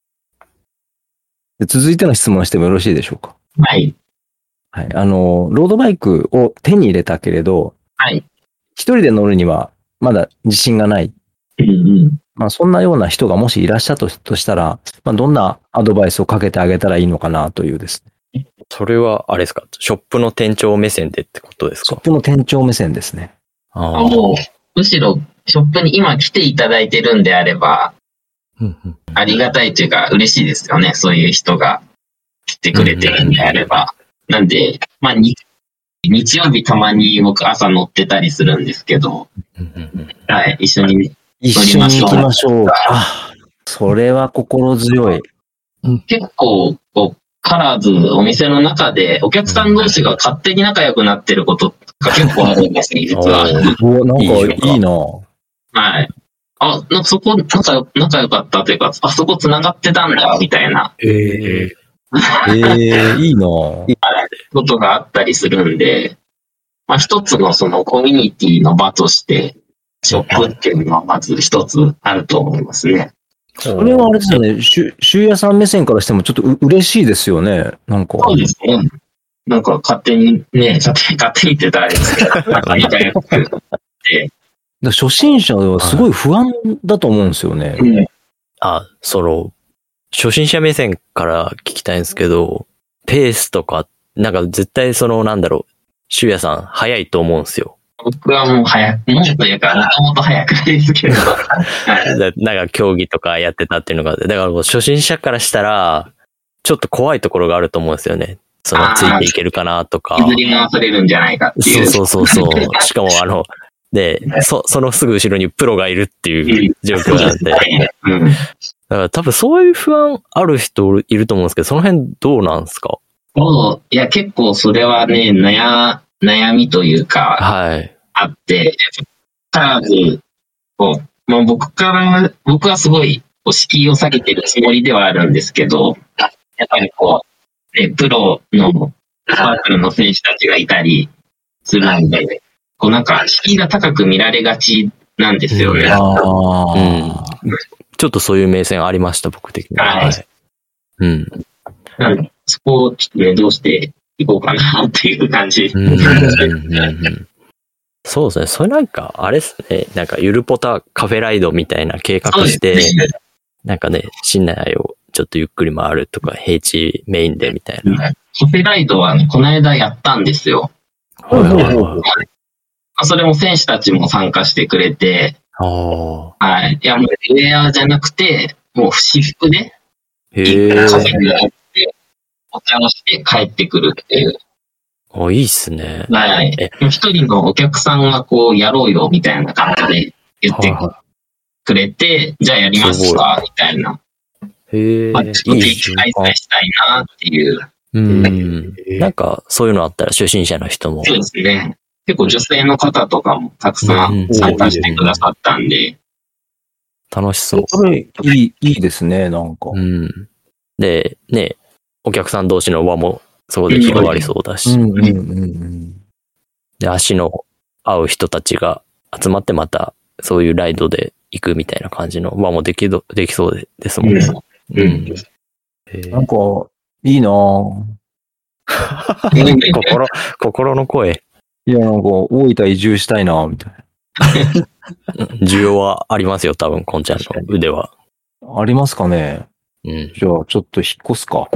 続いての質問してもよろしいでしょうか？ はい。 はい。ロードバイクを手に入れたけれど、 はい。 一人で乗るにはまだ自信がない。まあそんなような人がもしいらっしゃったとしたら、まあどんなアドバイスをかけてあげたらいいのかなというですね。 それはあれですか？ショップの店長目線でってことですか？ ショップの店長目線ですね。 むしろショップに今来ていただいてるんであれば、ありがたいというか嬉しいですよね。そういう人が来てくれてるんであれば。なんで、まあ日曜日たまに僕朝乗ってたりするんですけど、はい、一緒に行きましょう。それは心強い。 結構、カラーズお店の中でお客さん同士が勝手に仲良くなってることが結構あるんですね、実は。 なんかいいな。 はい。なんかそこ仲良かったというか、そこ繋がってたんだ、みたいな。 いいな。 ことがあったりするんで、まあ一つのそのコミュニティの場として、ショップっていうのはまず一つあると思いますね。 それはあれですよね、シュー屋さん目線からしてもちょっと嬉しいですよね、なんか。 そうですね。なんか勝手にね、勝手に言ってたらあれですけど、仲良くて。 初心者はすごい不安だと思うんですよね。 初心者目線から聞きたいんですけど、ペースとか、なんか絶対シュー屋さん早いと思うんですよ。 僕はもうもうというか、もともと早くないですけど。 なんか競技とかやってたっていうのが、だから初心者からしたら、ちょっと怖いところがあると思うんですよね。ついていけるかなとか。 譲り回されるんじゃないかっていう。 そう。しかもで、そのすぐ後ろにプロがいるっていう状況なんで。だから多分そういう不安ある人いると思うんですけど、その辺どうなんですか？ いや、結構それはね、悩みというか、あって、カラーズを、まあ僕はすごい敷居を下げてるつもりではあるんですけど、やっぱりプロのサークルの選手たちがいたりするんで、なんか敷居が高く見られがちなんですよね。 ちょっとそういう目線ありました、僕的に。 はい。 うん。 そこをちょっとね、どうしていこうかなっていう感じ。 そうですね。それなんか、あれですね。なんか、ゆるポタカフェライドみたいな計画して、なんかね、市内をちょっとゆっくり回るとか、平地メインでみたいな。 カフェライドはね、この間やったんですよ。それも選手たちも参加してくれて、はい。いや、もうウェアじゃなくて、もう私服で、カフェにやって、お茶をして帰ってくるっていう。 いいっすね。 はい。一人のお客さんがこう、やろうよ、みたいな感じで言ってくれて、じゃあやりますか、みたいな。 へぇちょっと定期開催したいな、っていう。 なんか、そういうのあったら初心者の人も。 そうですね。結構女性の方とかもたくさん参加してくださったんで。 楽しそう。 それ、いいですね、なんか。 で、ね、お客さん同士の輪もそこで広がりそうだし。で、足の合う人たちが集まってまた、そういうライドで行くみたいな感じの輪もできそうですもんね。 なんか、いいなぁ。 心の声。 いや、なんか、大分移住したいなぁ、みたいな。需要はありますよ、多分、こんちゃんの腕は。 ありますかね。じゃあ、ちょっと引っ越すか。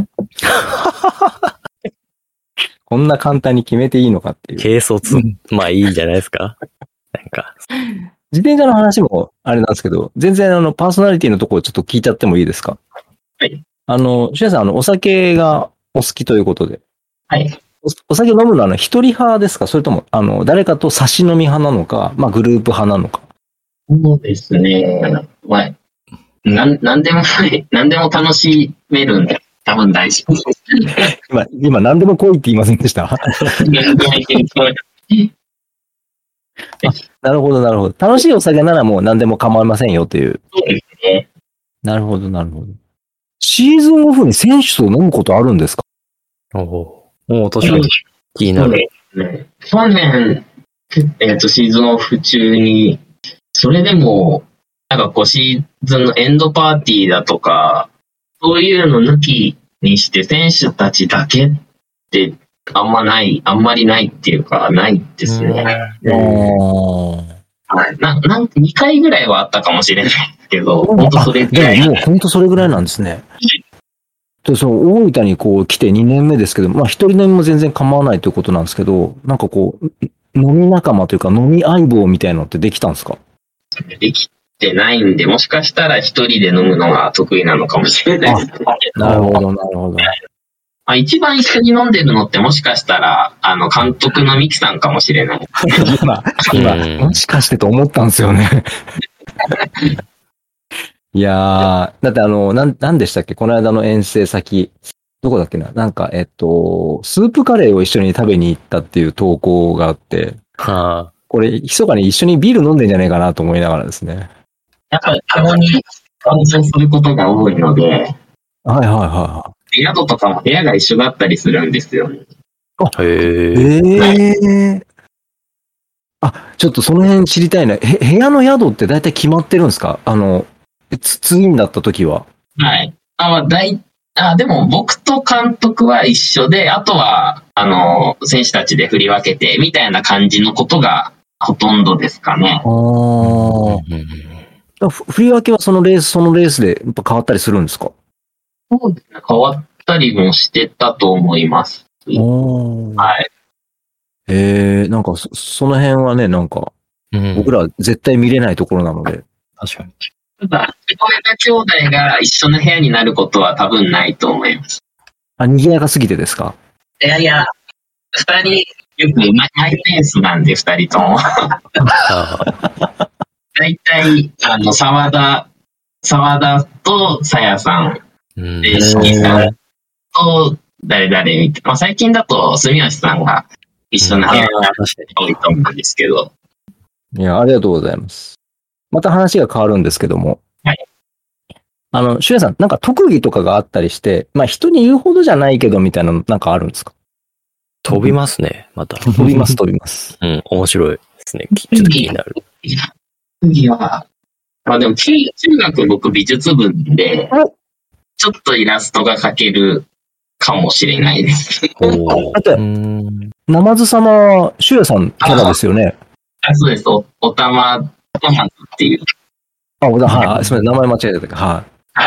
こんな簡単に決めていいのかっていう。 軽率。まあいいんじゃないですか。なんか。 自転車の話もあれなんですけど、全然パーソナリティのところちょっと聞いちゃってもいいですか？ はい。 シュヤさん、お酒がお好きということで。 はい。 お酒飲むのは一人派ですか？それとも、誰かと差し飲み派なのか、まあ、グループ派なのか。 そうですね。まあ、なんでも楽しめるんで、多分大丈夫です。 今何でも来いって言いませんでした？なるほど、なるほど。楽しいお酒ならもう何でも構いませんよという。 そうですね。 なるほど、なるほど。シーズンオフに選手と飲むことあるんですか？ 確かに気になる。 去年、シーズンオフ中に、それでも、なんかこうシーズンのエンドパーティーだとか、そういうの抜きにして選手たちだけってあんまりないっていうか、ないですね。2回ぐらいはあったかもしれないですけど、本当それぐらい。 もう本当それぐらいなんですね。で、大分にこう来て2年目ですけど、まあ一人飲みも全然構わないということなんですけど、なんかこう、飲み仲間というか飲み相棒みたいなのってできたんですか？ できてないんで、もしかしたら一人で飲むのが得意なのかもしれないです。 なるほど、なるほど。 一番一緒に飲んでるのってもしかしたら、監督のミキさんかもしれない。 今、もしかしてと思ったんですよね。いやー、だってなんでしたっけ？この間の遠征先、どこだっけな？なんか、スープカレーを一緒に食べに行ったっていう投稿があって、これ、密かに一緒にビール飲んでんじゃないかなと思いながらですね。 やっぱり、たまに乾燥することが多いので、宿とかも部屋が一緒だったりするんですよね。 ちょっとその辺知りたいな。部屋の宿って大体決まってるんですか？ツインだった時は。 はい。でも僕と監督は一緒で、あとは、選手たちで振り分けて、みたいな感じのことがほとんどですかね。 振り分けはそのレースでやっぱ変わったりするんですか？ そうですね。変わったりもしてたと思います。はい。 なんかその辺はね、なんか、僕らは絶対見れないところなので。 確かに。 ただ、聞こえた兄弟が一緒の部屋になることは多分ないと思います。 賑やかすぎてですか？ いや、二人、よくマイペースなんで、二人とも。だいたい、沢田とさやさん、で、しきさんと誰々みたいな。最近だと住吉さんが一緒な部屋が多いと思うんですけど。 いや、ありがとうございます。また話が変わるんですけども。 はい。 シュヤさん、なんか特技とかがあったりして、まあ人に言うほどじゃないけどみたいなのなんかあるんですか？ 飛びますね、また。 飛びます。 面白いですね。ちょっと気になる。 特技は、 でも中学僕美術部で、ちょっとイラストが描けるかもしれないです。だって、ナマズ様は、シュヤさんキャラですよね。 そうです。おたまっていう。 はい。すみません。名前間違えたけど、はい。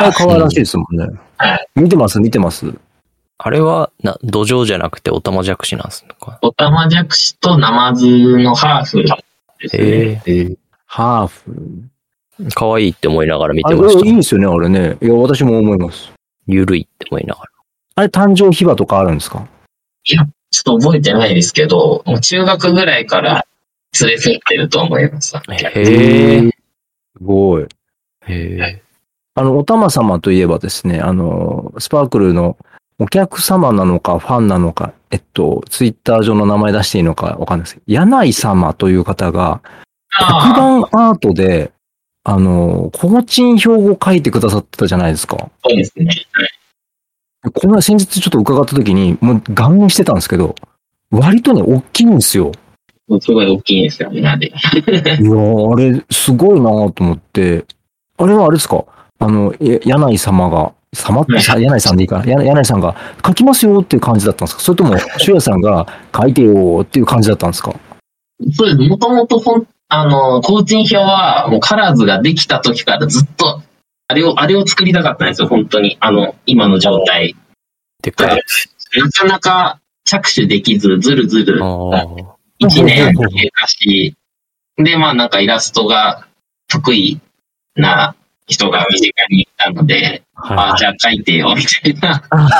可愛らしいですもんね。見てます。 あれは、土壌じゃなくてオタマジャクシなんですか？ オタマジャクシとナマズのハーフですね。 ハーフ。 可愛いって思いながら見てました。 いいですよね、あれね。いや、私も思います。 ゆるいって思いながら。 あれ、誕生秘話とかあるんですか？ いや、ちょっと覚えてないですけど、もう中学ぐらいから連れてってると思います。 へー。すごい。へー。おたま様といえばですね、スパークルのお客様なのかファンなのか、ツイッター上の名前出していいのかわかんないですけど、柳井様という方が、黒板アートで、工賃表を書いてくださってたじゃないですか。 そうですね。 この先日ちょっと伺った時に、もう顔面してたんですけど、割とね、大きいんですよ。 すごい大きいんですよね、あれ。いやー、あれ、すごいなと思って、あれはあれですか？柳井様が、柳井さんでいいかな、柳井さんが書きますよっていう感じだったんですか？それとも、シュヤさんが書いてよっていう感じだったんですか？ そうです。もともと工賃表は、もうカラーズができた時からずっと、あれを作りたかったんですよ、本当に。今の状態。 でかい。 なかなか着手できず、ずるずる。1年経過し、で、まあなんかイラストが得意な人が身近にいたので、じゃあ書いてよ、みたいな。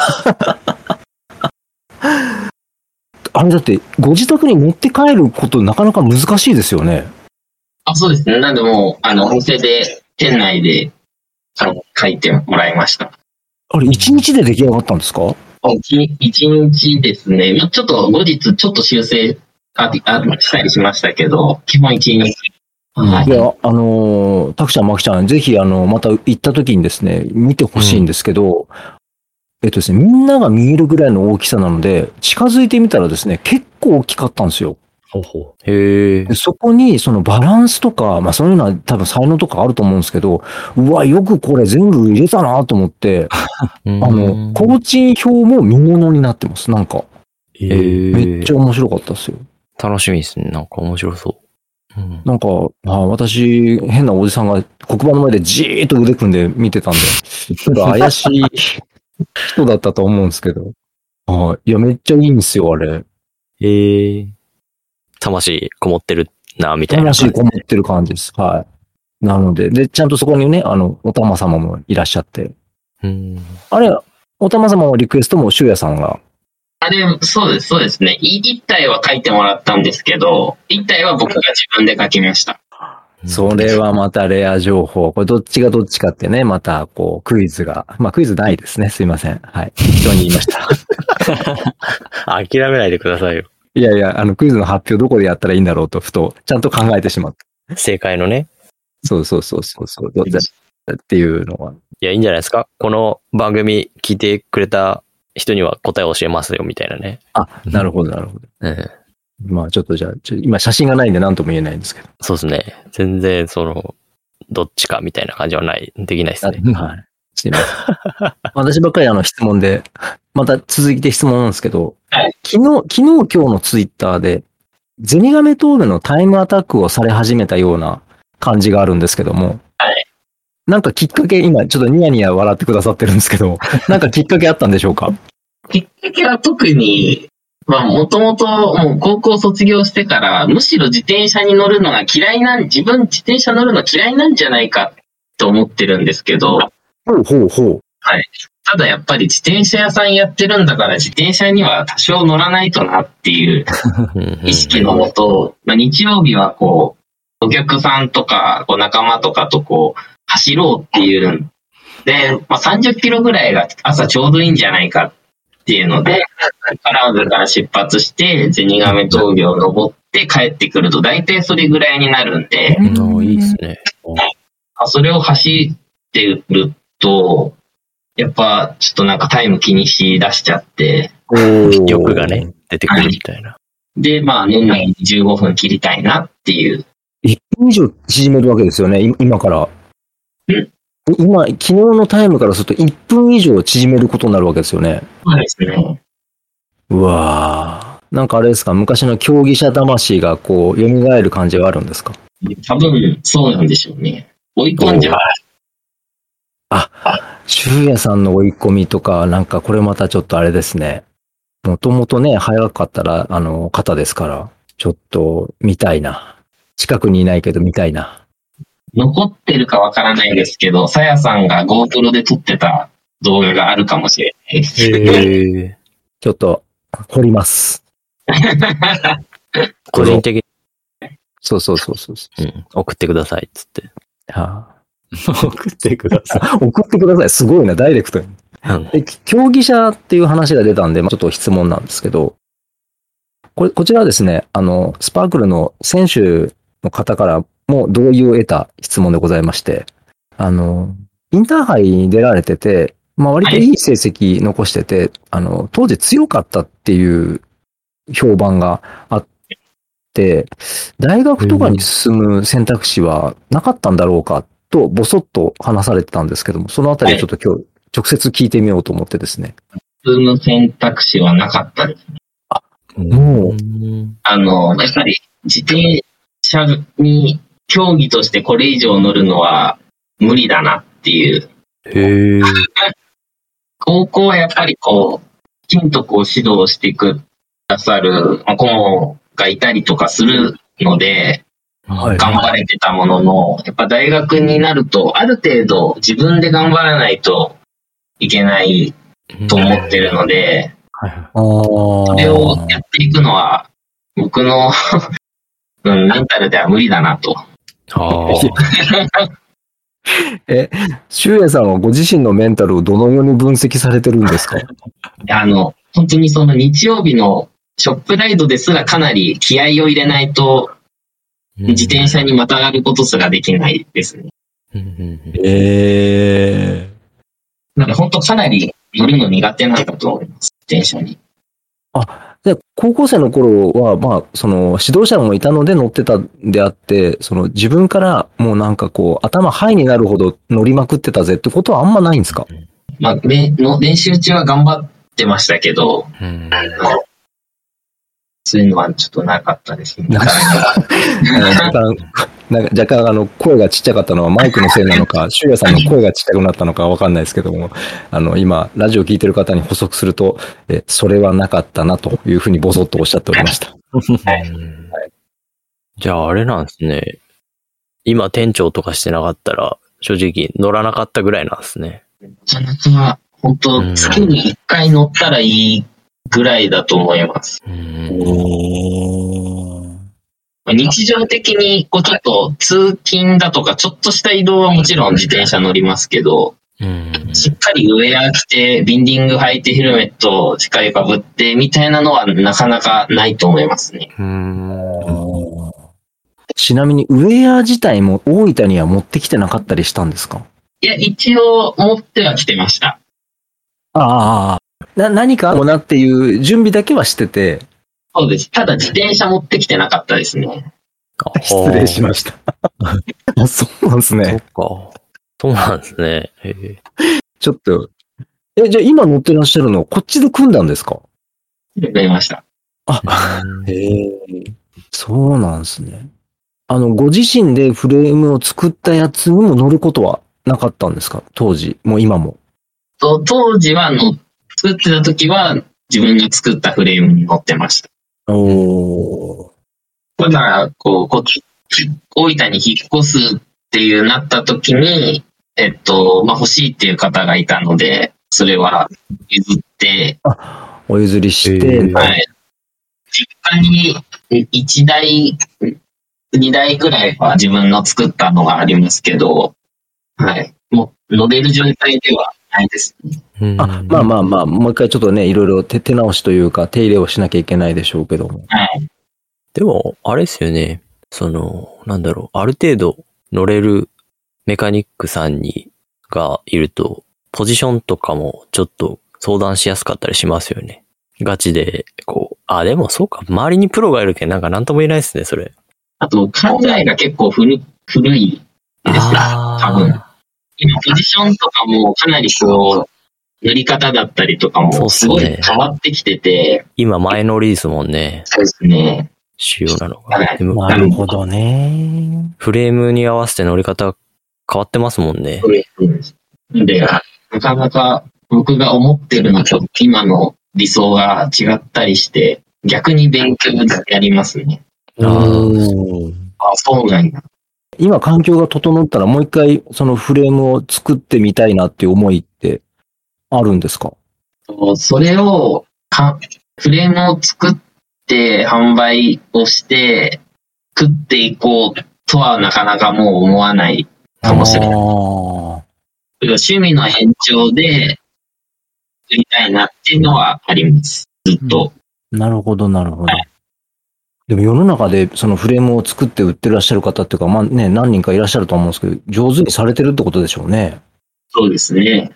あれだって、ご自宅に持って帰ることなかなか難しいですよね。 そうですね。なんでもう、お店で、店内で、書いてもらいました。 あれ、1日で出来上がったんですか ？1日ですね。ちょっと後日、ちょっと修正したりしましたけど、基本1日。 いや、タクちゃん、マキちゃん、ぜひ、また行った時にですね、見てほしいんですけど、ですね、みんなが見えるぐらいの大きさなので、近づいてみたらですね、結構大きかったんですよ。 へー。 そこに、そのバランスとか、まあそういうのは多分才能とかあると思うんですけど、うわ、よくこれ全部入れたなと思って、工賃表も見物になってます、なんか。めっちゃ面白かったですよ。 楽しみですね、なんか面白そう。 なんか、私、変なおじさんが黒板の前でじーっと腕組んで見てたんで、ちょっと怪しい人だったと思うんですけど。いや、めっちゃいいんですよ、あれ。 魂こもってるな、みたいな。 魂こもってる感じです。はい。なので、ちゃんとそこにね、おたま様もいらっしゃって。あれ、おたま様のリクエストもシュウヤさんが。 そうですね。一体は書いてもらったんですけど、一体は僕が自分で書きました。 それはまたレア情報。これどっちがどっちかってね、またクイズが。まあクイズないですね。すいません。はい。人に言いました。 諦めないでくださいよ。 いやいや、クイズの発表どこでやったらいいんだろうと、ふと、ちゃんと考えてしまった。 正解のね。 そう。どうだっていうのは。 いや、いいんじゃないですか。この番組聞いてくれた人には答えを教えますよ、みたいなね。 なるほど。まあちょっとじゃあ、今写真がないんで何とも言えないんですけど。 そうですね。全然どっちかみたいな感じはできないですね。 はい。すいません。私ばっかり質問で、また続いて質問なんですけど、昨日今日のツイッターで、ゼニガメ峠のタイムアタックをされ始めたような感じがあるんですけども、なんかきっかけ、今ちょっとニヤニヤ笑ってくださってるんですけど、なんかきっかけあったんでしょうか？ きっかけは特に、もともともう高校卒業してから、むしろ自転車に乗るのが自分自転車乗るの嫌いなんじゃないかと思ってるんですけど。 ほう。 はい。ただやっぱり自転車屋さんやってるんだから自転車には多少乗らないとなっていう意識のもと、日曜日はお客さんとか仲間とかと走ろうっていうで、30キロぐらいが朝ちょうどいいんじゃないかっていうので、カラーズから出発して、ゼニガメ峠を登って帰ってくると、大体それぐらいになるんで、 いいですね。 それを走ってると、やっぱちょっとなんかタイム気にしだしちゃって、 欲がね、出てくるみたいな。 で、年内に15分切りたいなっていう。 1分以上縮めるわけですよね、今から。 今、昨日のタイムからすると1分以上縮めることになるわけですよね。 そうですね。 うわー。なんかあれですか、昔の競技者魂がこう、蘇る感じがあるんですか？ 多分、そうなんでしょうね。追い込んじゃう。 修也さんの追い込みとか、なんかこれまたちょっとあれですね。もともとね、早かったら、方ですから、ちょっと見たいな。近くにいないけど見たいな。 残ってるかわからないですけど、さやさんが GoPro で撮ってた動画があるかもしれないです。 ちょっと、掘ります。 個人的に。 そう。 送ってください、つって。 送ってください。 送ってください。すごいな、ダイレクトに。競技者っていう話が出たんで、ちょっと質問なんですけど、こちらはですね、スパークルの選手の方からも同意を得た質問でございまして、インターハイに出られてて、割といい成績残してて、当時強かったっていう評判があって、大学とかに進む選択肢はなかったんだろうかと、ぼそっと話されてたんですけども、そのあたりちょっと今日、直接聞いてみようと思ってですね。 普通の選択肢はなかったですね。 もう。 やっぱり自転車に競技としてこれ以上乗るのは無理だなっていう。高校はやっぱりこう、きちんとこう指導してくださる顧問がいたりとかするので、頑張れてたものの、やっぱ大学になると、ある程度自分で頑張らないといけないと思ってるので、それをやっていくのは、僕のメンタルでは無理だなと。 修也さんはご自身のメンタルをどのように分析されてるんですか？ 本当にその日曜日のショップライドですらかなり気合を入れないと、自転車にまたがることすらできないですね。なんか本当かなり乗るの苦手なんだと思います、自転車に。 で、高校生の頃は、その、指導者もいたので乗ってたんであって、その、自分からもうなんかこう、頭ハイになるほど乗りまくってたぜってことはあんまないんですか？ 練習中は頑張ってましたけど、そういうのはちょっとなかったですね。 若干声がちっちゃかったのはマイクのせいなのか、修也さんの声がちっちゃくなったのかわかんないですけども、今、ラジオ聞いてる方に補足すると、それはなかったなというふうにボソッとおっしゃっておりました。 じゃああれなんですね。今店長とかしてなかったら、正直乗らなかったぐらいなんですね。 なかなか、本当月に1回乗ったらいいぐらいだと思います。日常的にこうちょっと通勤だとかちょっとした移動はもちろん自転車乗りますけど、しっかりウェア着てビンディング履いてヘルメットをしっかりかぶってみたいなのはなかなかないと思いますね。 ちなみにウェア自体も大分には持ってきてなかったりしたんですか？ いや、一応持ってはきてました。 何かもなっていう準備だけはしてて。 そうです。ただ自転車持ってきてなかったですね。 失礼しました。そうなんですね。 そうなんですね。 ちょっと、じゃあ今乗ってらっしゃるのこっちで組んだんですか？ 組みました。 そうなんですね。ご自身でフレームを作ったやつにも乗ることはなかったんですか？当時、もう今も。 当時は作ってた時は自分が作ったフレームに乗ってました。だから、大分に引っ越すっていうなった時に、欲しいっていう方がいたので、それは譲って。 お譲りして。 はい。実家に1台、2台ぐらいは自分の作ったのがありますけど、はい。もう乗れる状態ではないですね。 もう一回ちょっとね、いろいろ手直しというか、手入れをしなきゃいけないでしょうけども。 はい。 でも、あれですよね。ある程度乗れるメカニックさんがいると、ポジションとかもちょっと相談しやすかったりしますよね。ガチで、でもそうか、周りにプロがいるけん、なんとも言えないですね、それ。 あと、考えが結構古いですよ、多分。 今ポジションとかもかなりこう、塗り方だったりとかもすごい変わってきてて。 今前乗りですもんね。 そうですね。 主要なのが。 なるほどね。 フレームに合わせて乗り方変わってますもんね。 で、なかなか僕が思ってるのと今の理想が違ったりして、逆に勉強になりますね。そうなんだ。 今環境が整ったらもう一回そのフレームを作ってみたいなっていう思いってあるんですか？ それをフレームを作って販売をして食っていこうとはなかなかもう思わないかもしれない。趣味の延長で売りたいなっていうのはあります。ずっと。 なるほど、なるほど。でも世の中でそのフレームを作って売ってらっしゃる方っていうか、まあね、何人かいらっしゃると思うんですけど、上手にされてるってことでしょうね。 そうですね。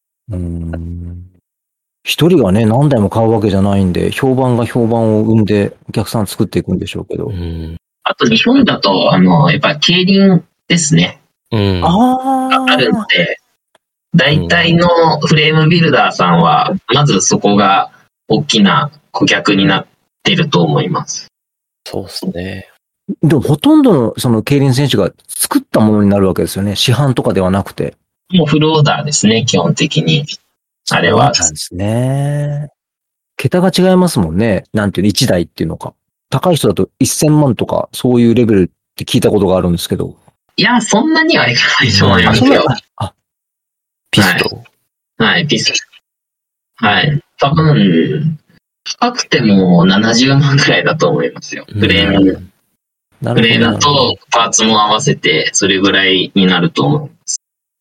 一人がね、何台も買うわけじゃないんで、評判が評判を生んで、お客さん作っていくんでしょうけど。 あと日本だと、やっぱ競輪ですね。あるので、大体のフレームビルダーさんは、まずそこが大きな顧客になってると思います。 そうですね。 でもほとんどのその競輪選手が作ったものになるわけですよね。市販とかではなくて。 もうフルオーダーですね、基本的に。あれは。 そうなんですね。桁が違いますもんね。なんていうの、1台っていうのか。高い人だと1000万とか、そういうレベルって聞いたことがあるんですけど。 いや、そんなにはいかないと思いますよ。 ピストン。 はい、ピストン。はい。多分、高くても70万くらいだと思いますよ。フレーム。フレームとパーツも合わせて、それぐらいになると思います。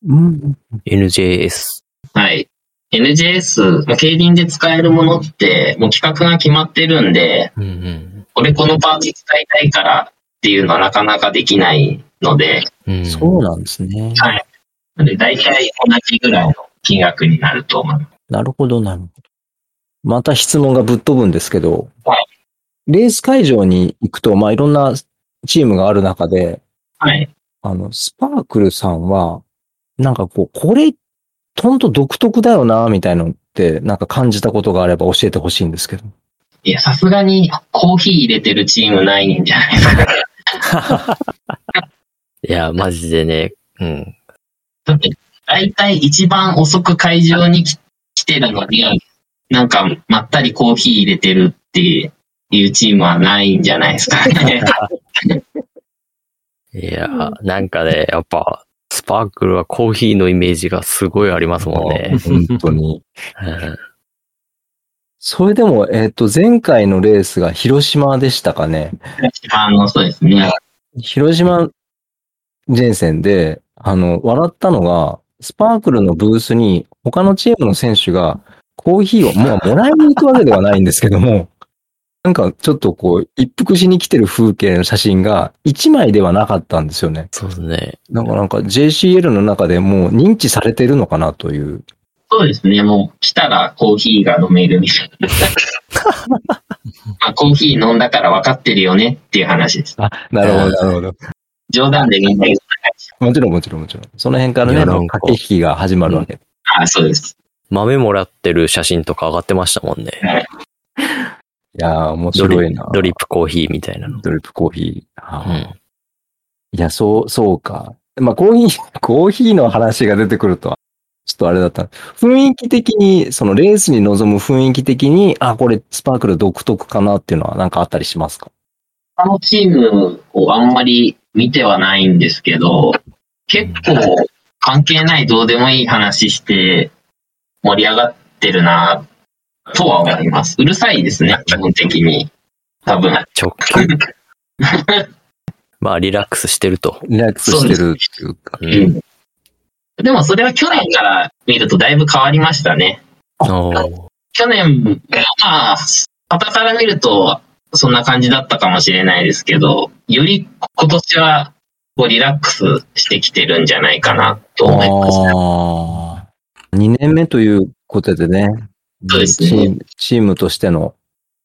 NJS。 はい。NJS、競輪で使えるものって、もう規格が決まってるんで、このパーツ使いたいからっていうのはなかなかできないので。 そうなんですね。 はい。なので、大体同じぐらいの金額になると思います。 なるほど、なるほど。また質問がぶっ飛ぶんですけど、 はい、 レース会場に行くと、まあ、いろんなチームがある中で、 はい。 スパークルさんは、なんかこれ、ほんと独特だよな、みたいなのって、なんか感じたことがあれば教えてほしいんですけど。 いや、さすがにコーヒー入れてるチームないんじゃないですか。 いや、マジでね、 だって大体一番遅く会場に来てるのに、なんかまったりコーヒー入れてるっていうチームはないんじゃないですかね。 いや、なんかね、やっぱ、スパークルはコーヒーのイメージがすごいありますもんね。 本当に。それでも、前回のレースが広島でしたかね。 広島の、そうですね。 広島前線で、笑ったのが、スパークルのブースに他のチームの選手がコーヒーをもらいに行くわけではないんですけども、なんかちょっと一服しに来てる風景の写真が1枚ではなかったんですよね。 そうですね。 なんか JCL の中でもう認知されてるのかなという。 そうですね。もう来たらコーヒーが飲めるみたいな。まあ、コーヒー飲んだから分かってるよねっていう話です。 あ、なるほど、なるほど。 冗談でみんな言う。 もちろん。その辺からね、駆け引きが始まるわけ。 そうです。 豆もらってる写真とか上がってましたもんね。 いやー、面白いな。 ドリップコーヒーみたいなの。 ドリップコーヒー。いや、そうか。まあ、コーヒーの話が出てくると、ちょっとあれだった。雰囲気的に、そのレースに臨む雰囲気的に、これスパークル独特かなっていうのはなんかあったりしますか？ チームをあんまり見てはないんですけど、結構関係ないどうでもいい話して盛り上がってるなとは思います。うるさいですね、基本的に。多分。 直球。まあ、リラックスしてると。 リラックスしてるっていうか。 でもそれは去年から見るとだいぶ変わりましたね。去年、まあ、傍から見るとそんな感じだったかもしれないですけど、より今年はリラックスしてきてるんじゃないかなと思います。 2年目ということでね。 そうですね。 チームとしての。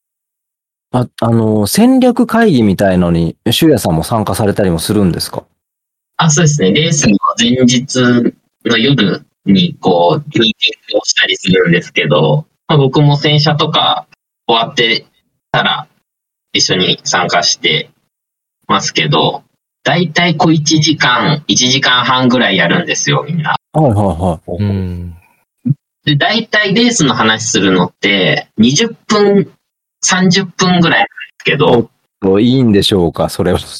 戦略会議みたいのに、修也さんも参加されたりもするんですか？ そうですね。レースの前日の夜にこう、ミーティングをしたりするんですけど、僕も洗車とか終わってたら一緒に参加してますけど、だいたい1時間半ぐらいやるんですよ、みんな。 はいはいはい。 で、だいたいレースの話するのって、20分、30分ぐらいなんですけど。 いいんでしょうか、それは。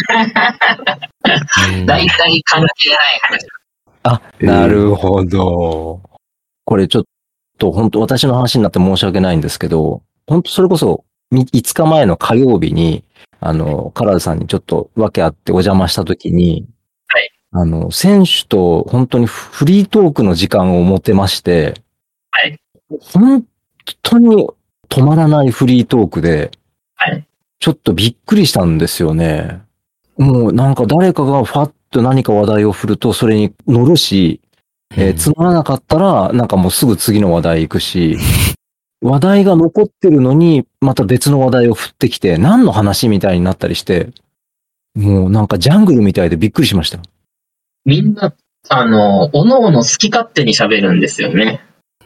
だいたい関係ない話。 あ、なるほど。これちょっと、本当私の話になって申し訳ないんですけど、本当それこそ、5日前の火曜日に、カラルさんにちょっと訳あってお邪魔したときに、 はい。 選手と本当にフリートークの時間を持てまして、 はい。 本当に止まらないフリートークで、 はい。 ちょっとびっくりしたんですよね。もうなんか誰かがファッと何か話題を振るとそれに乗るし、つまらなかったらなんかもうすぐ次の話題行くし、話題が残ってるのにまた別の話題を振ってきて何の話みたいになったりして、もうなんかジャングルみたいでびっくりしました。 みんな、おのおの好き勝手に喋るんですよね。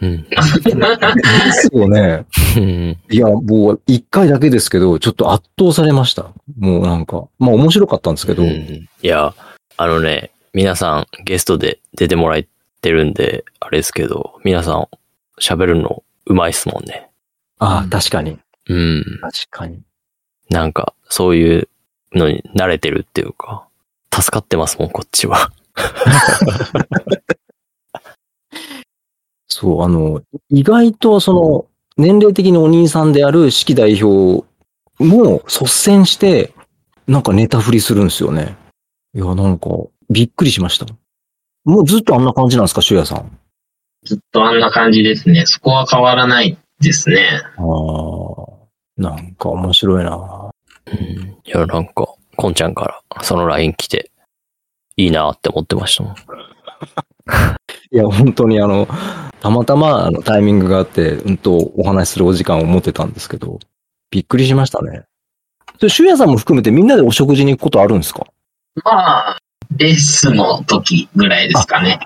ですよね。いや、もう一回だけですけど、ちょっと圧倒されました。もうなんか、まあ面白かったんですけど。 いや、皆さんゲストで出てもらってるんで、あれですけど、皆さん喋るのうまいっすもんね。 ああ、確かに。 確かに。 なんか、そういうのに慣れてるっていうか、助かってますもん、こっちは。 そう、意外と年齢的にお兄さんである四季代表も率先して、なんかネタ振りするんですよね。いや、なんか、びっくりしました。もうずっとあんな感じなんですか、シュヤさん。 ずっとあんな感じですね。そこは変わらないですね。 なんか面白いな。 いや、なんか、こんちゃんからその LINE 来て、いいなって思ってましたもん。 いや、本当にたまたまタイミングがあって、お話しするお時間を持ってたんですけど、びっくりしましたね。シュヤさんも含めてみんなでお食事に行くことあるんですか？ まあ、レースの時ぐらいですかね。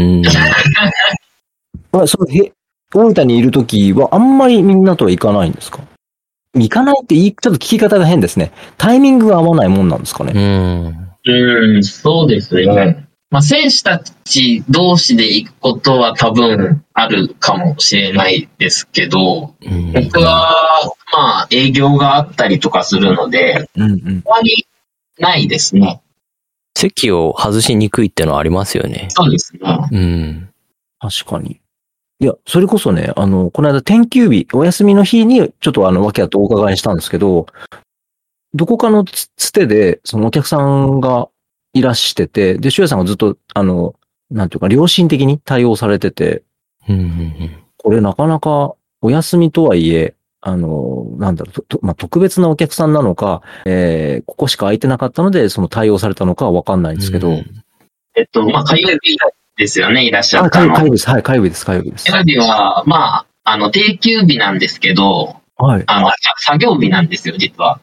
大分にいる時はあんまりみんなとは行かないんですか？行かないってちょっと聞き方が変ですね。タイミングが合わないもんなんですかね。 そうですね。まあ、選手たち同士で行くことは多分あるかもしれないですけど、僕は、まあ、営業があったりとかするので、あまりないですね。 席を外しにくいってのはありますよね。 そうですね。 確かに。いや、それこそね、この間天休日、お休みの日に、ちょっと訳あってお伺いしたんですけど、どこかのつてで、そのお客さんがいらしてて、で、シュヤさんがずっと、なんていうか、良心的に対応されてて、これなかなかお休みとはいえ、なんだろう、特別なお客さんなのか、ここしか空いてなかったので、その対応されたのかはわかんないんですけど。 まあ、火曜日ですよね、いらっしゃったの。 火曜日です。はい、火曜日です。火曜日です。 火曜日は、まあ、定休日なんですけど、作業日なんですよ、実は。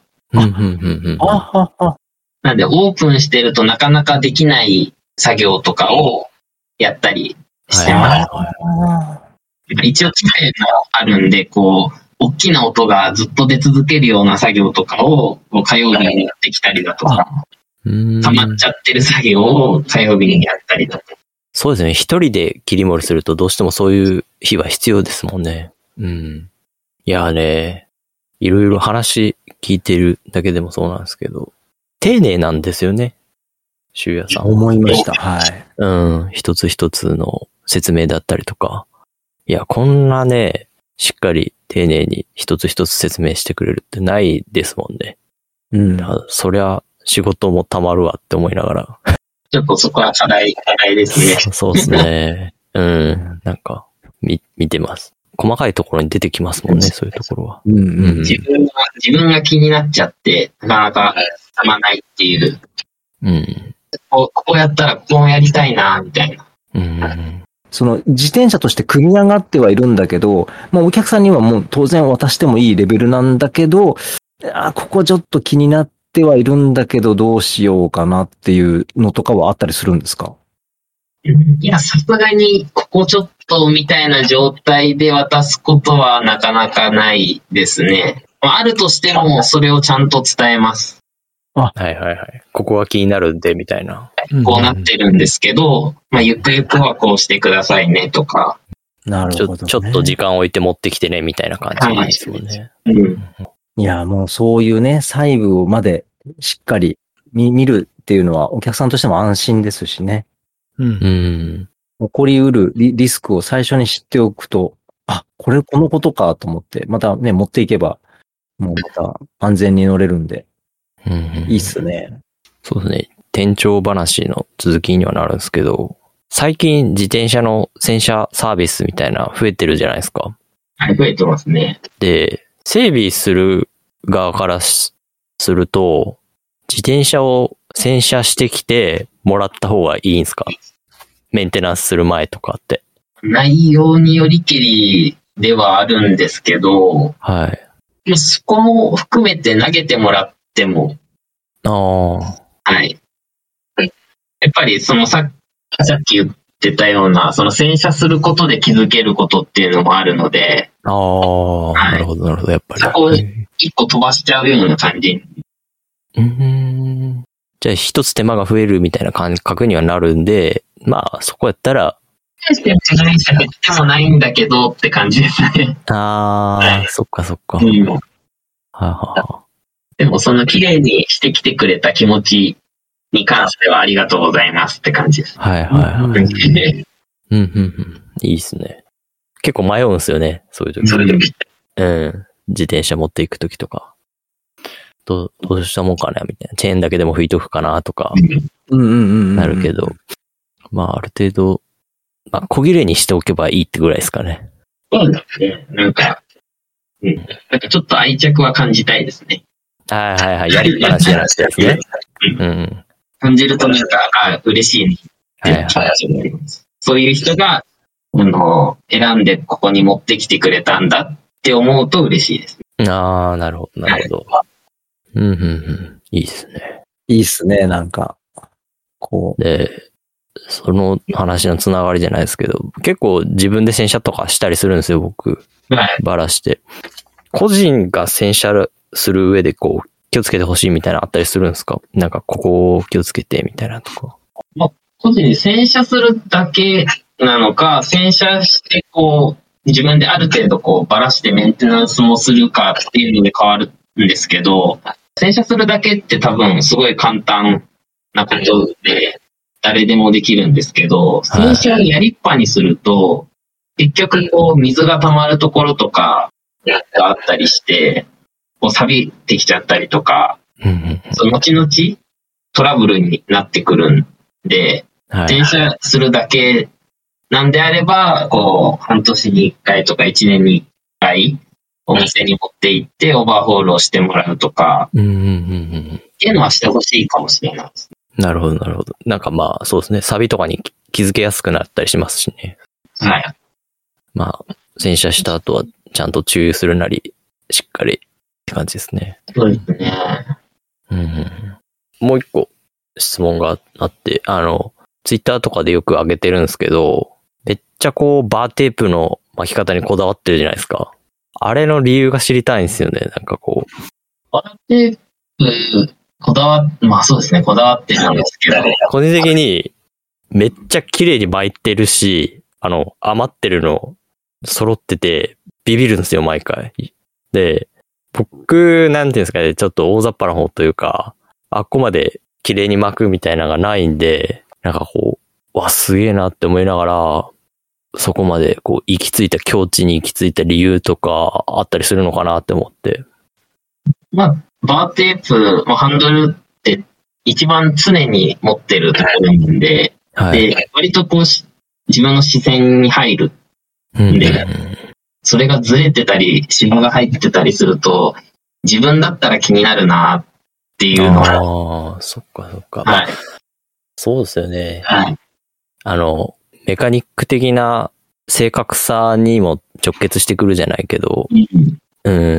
なんで、オープンしてるとなかなかできない作業とかをやったりしてます。一応機械があるんで、こう、大きな音がずっと出続けるような作業とかを火曜日にやってきたりだとか、溜まっちゃってる作業を火曜日にやったりだとか。 そうですね。一人で切り盛りするとどうしてもそういう日は必要ですもんね。いやね、いろいろ話聞いてるだけでもそうなんですけど、丁寧なんですよね。シュウヤさん。 思いました。はい。 一つ一つの説明だったりとか。いや、こんなね、しっかり丁寧に一つ一つ説明してくれるってないですもんね。そりゃ仕事もたまるわって思いながら。 ちょっとそこは課題ですね。 そうですね。なんか、見てます。細かいところに出てきますもんね、そういうところは。 自分が気になっちゃって、なかなかたまないっていう。こうやったらこうやりたいな、みたいな。 その自転車として組み上がってはいるんだけど、まあお客さんにはもう当然渡してもいいレベルなんだけど、ここちょっと気になってはいるんだけどどうしようかなっていうのとかはあったりするんですか？ いや、さすがに、ここちょっとみたいな状態で渡すことはなかなかないですね。あるとしても、それをちゃんと伝えます。 はいはいはい。ここが気になるんで、みたいな。 こうなってるんですけど、ゆくゆくはこうしてくださいねとか。 なるほど、ね。 ちょっと時間置いて持ってきてね、みたいな感じですもんね。 いや、もうそういうね、細部までしっかり見るっていうのはお客さんとしても安心ですしね。起こりうるリスクを最初に知っておくと、このことかと思って、またね、持っていけば、もうまた安全に乗れるんで、いいっすね。 そうですね。店長話の続きにはなるんですけど、最近自転車の洗車サービスみたいな増えてるじゃないですか。 はい、増えてますね。 で、整備する側からすると、自転車を洗車してきてもらった方がいいんですか？メンテナンスする前とかって。 内容によりけりではあるんですけど、 はい。 そこも含めて投げてもらっても、はい。やっぱりさっき言ってたような、洗車することで気づけることっていうのもあるので、 なるほど、なるほど、やっぱり。 そこを一個飛ばしちゃうような感じ。 じゃあ一つ手間が増えるみたいな感覚にはなるんで、そこやったら。 減ってもないんだけどって感じですね。 そっかそっか。 でも綺麗にしてきてくれた気持ちに関してはありがとうございますって感じです。 はいはいはい。いいですね。結構迷うんですよね、そういう時。自転車持っていく時とか。どうしたもんかなみたいな。チェーンだけでも拭いとくかなとか、なるけど、ある程度、小切れにしておけばいいってぐらいですかね。 そうですね。なんかちょっと愛着は感じたいですね。 はい。やりっぱなしじゃなくてですね。 感じると嬉しいね。そういう人が、選んでここに持ってきてくれたんだって思うと嬉しいです。 なるほど、なるほど。いいですね。 いいっすね、なんか。 で、その話のつながりじゃないですけど、結構自分で洗車とかしたりするんですよ、僕。バラして。個人が洗車する上で気をつけてほしいみたいなのあったりするんですか？なんかここを気をつけてみたいなとか。 個人で洗車するだけなのか、洗車して自分である程度バラしてメンテナンスもするかっていうので変わるんですけど、洗車するだけって多分すごい簡単なことで誰でもできるんですけど、洗車をやりっぱにすると、結局水が溜まるところとかがあったりして、錆びてきちゃったりとか、後々トラブルになってくるんで、洗車するだけなんであれば、半年に1回とか1年に1回、お店に持って行ってオーバーホールをしてもらうとか、っていうのはしてほしいかもしれないです。 なるほど、なるほど。なんかそうですね。錆びとかに気づけやすくなったりしますしね。 はい。 洗車した後はちゃんと注意するなり、しっかりって感じですね。 そうですね。 もう一個質問があって、ツイッターとかでよく上げてるんですけど、めっちゃバーテープの巻き方にこだわってるじゃないですか。あれの理由が知りたいんですよね。なんかバーテープ、そうですね、こだわってるんですけど。 個人的にめっちゃ綺麗に巻いてるし、余ってるの揃っててビビるんですよ、毎回。で、僕、なんていうんですかね、ちょっと大雑把な方というか、あっこまで綺麗に巻くみたいなのがないんで、なんかすげえなって思いながら、そこまで境地に行き着いた理由とかあったりするのかなって思って。 バーテープ、ハンドルって一番常に持ってるところなんで、で、割と自分の視線に入るんで、それがずれてたり、紐が入ってたりすると、自分だったら気になるなっていうのは。 そっか。そうですよね。メカニック的な正確さにも直結してくるじゃないけど、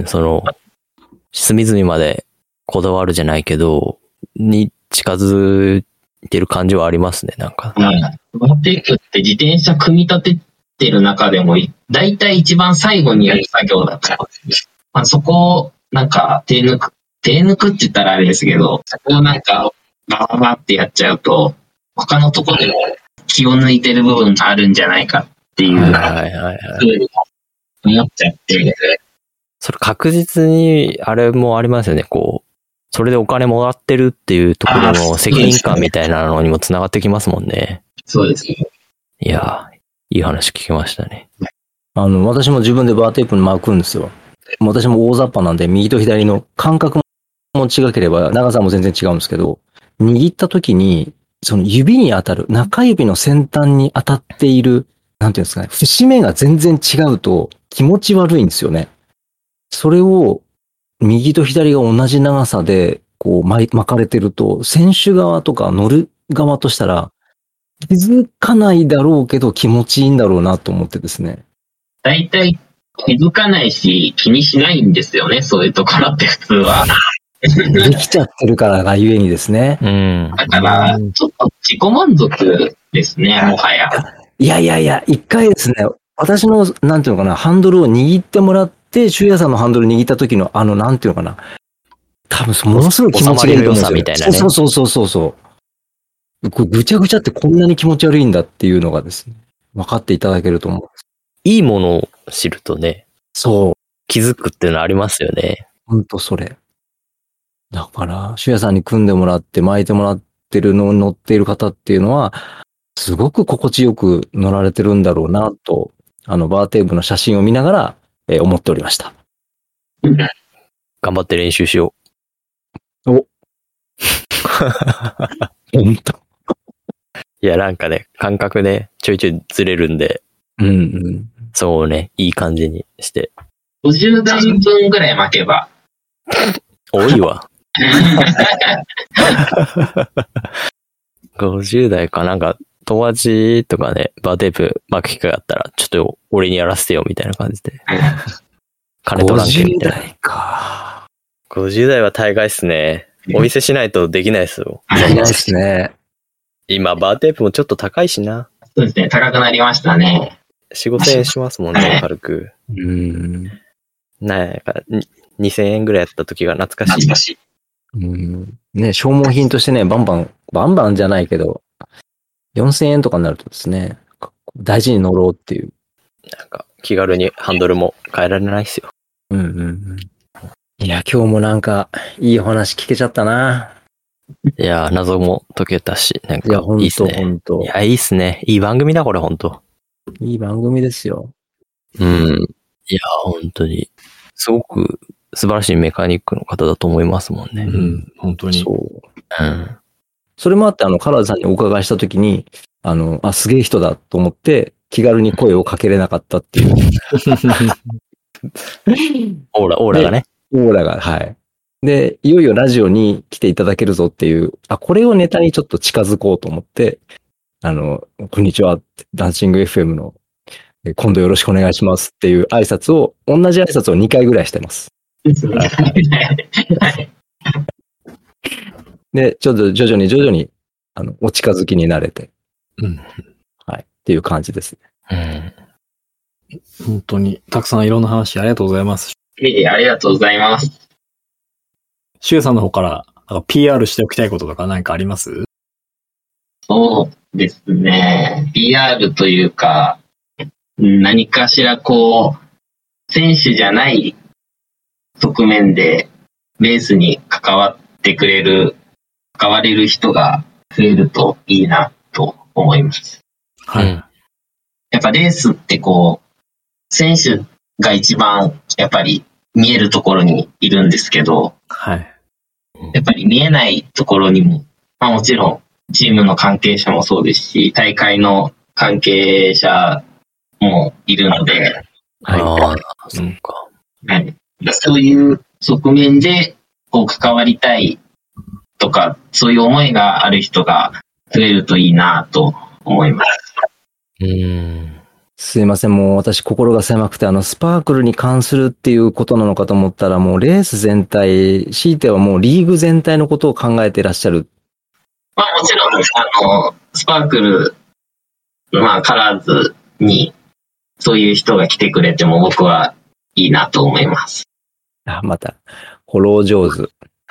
隅々までこだわるじゃないけど、に近づてる感じはありますね、なんか。 バーテープって自転車組み立ててる中でも、だいたい一番最後にやる作業だから、そこをなんか手抜くって言ったらあれですけど、そこをなんかバババってやっちゃうと、他のところでも気を抜いてる部分があるんじゃないかっていう、ふうに思っちゃって。 それ確実に、あれもありますよね、こう。それでお金もらってるっていうところの責任感みたいなのにもつながってきますもんね。 そうですね。 いやー、いい話聞きましたね。 私も自分でバーテープに巻くんですよ。私も大雑把なんで、右と左の感覚も違ければ、長さも全然違うんですけど、握った時に、その指に当たる、中指の先端に当たっている、なんていうんですかね、節目が全然違うと気持ち悪いんですよね。それを、右と左が同じ長さで、こう巻かれてると、選手側とか乗る側としたら、気づかないだろうけど気持ちいいんだろうなと思ってですね。 大体気づかないし気にしないんですよね、そういうところって普通は。 できちゃってるからがゆえにですね。 だから、ちょっと自己満足ですね、もはや。 いや、一回ですね、私の、なんていうのかな、ハンドルを握ってもらって、シュウヤさんのハンドル握った時の、なんていうのかな、多分、ものすごい気持ちがいいと思うんですよ。 みたいなね。 そう。これぐちゃぐちゃってこんなに気持ち悪いんだっていうのがですね、分かっていただけると思う。 いいものを知るとね。 そう。 気づくっていうのはありますよね。 ほんとそれ。だから、シュウヤさんに組んでもらって巻いてもらってるのを乗っている方っていうのは、すごく心地よく乗られてるんだろうなと、バーテープの写真を見ながら、思っておりました。 頑張って練習しよう。お。ほんと。 いや、なんかね、感覚ね、ちょいちょいずれるんで。そうね、いい感じにして。 50代分ぐらい巻けば。 多いわ。50代かなんか、友達とかね、バーテープ巻く機会があったら、ちょっと俺にやらせてよみたいな感じで。金取らんけみたいな。 50代か。 50代は大概っすね。お店しないとできないっすよ。 できないっすね。 今、バーテープもちょっっと高いしな。 そうですね、高くなりましたね。 4、5千円しますもんね、軽く。なんか、2000円ぐらいやった時が懐かしい。 ね、消耗品としてね、バンバンじゃないけど、4000円とかになるとですね、大事に乗ろうっていう。 なんか、気軽にハンドルも変えられないっすよ。 いや、今日もなんか、いいお話聞けちゃったな。 いや、謎も解けたし、なんか、いいっすね。 ほんと。 いや、いいっすね。いい番組だ、これ、ほんと。 いい番組ですよ。 いや、本当に、すごく素晴らしいメカニックの方だと思いますもんね。 本当に。 そう。それもあって、カラーさんにお伺いしたときに、すげえ人だと思って、気軽に声をかけれなかったっていう。 オーラがね。 オーラが、はい。で、いよいよラジオに来ていただけるぞっていう、これをネタにちょっと近づこうと思って、こんにちは、ダンシング FM の、今度よろしくお願いしますっていう挨拶を、同じ挨拶を2回ぐらいしてます。で、ちょっと徐々に、お近づきになれて、はい、っていう感じですね。 本当に、たくさんいろんな話ありがとうございます。 ありがとうございます。 シュウさんの方から、PR しておきたいこととか何かあります？ そうですね。PR というか、何かしら選手じゃない側面でレースに関われる人が増えるといいなと思います。 はい。 やっぱレースって選手が一番やっぱり見えるところにいるんですけど、 はい。 やっぱり見えないところにも、もちろんチームの関係者もそうですし、大会の関係者もいるので、 そうか。 はい。そういう側面で関わりたいとか、そういう思いがある人が増えるといいなと思います。 すいません、もう私心が狭くて、スパークルに関するっていうことなのかと思ったら、もうレース全体、強いてはもうリーグ全体のことを考えていらっしゃるまあもちろん、スパークル、まあカラーズに、そういう人が来てくれても僕はいいなと思います。 また、フォロー上手。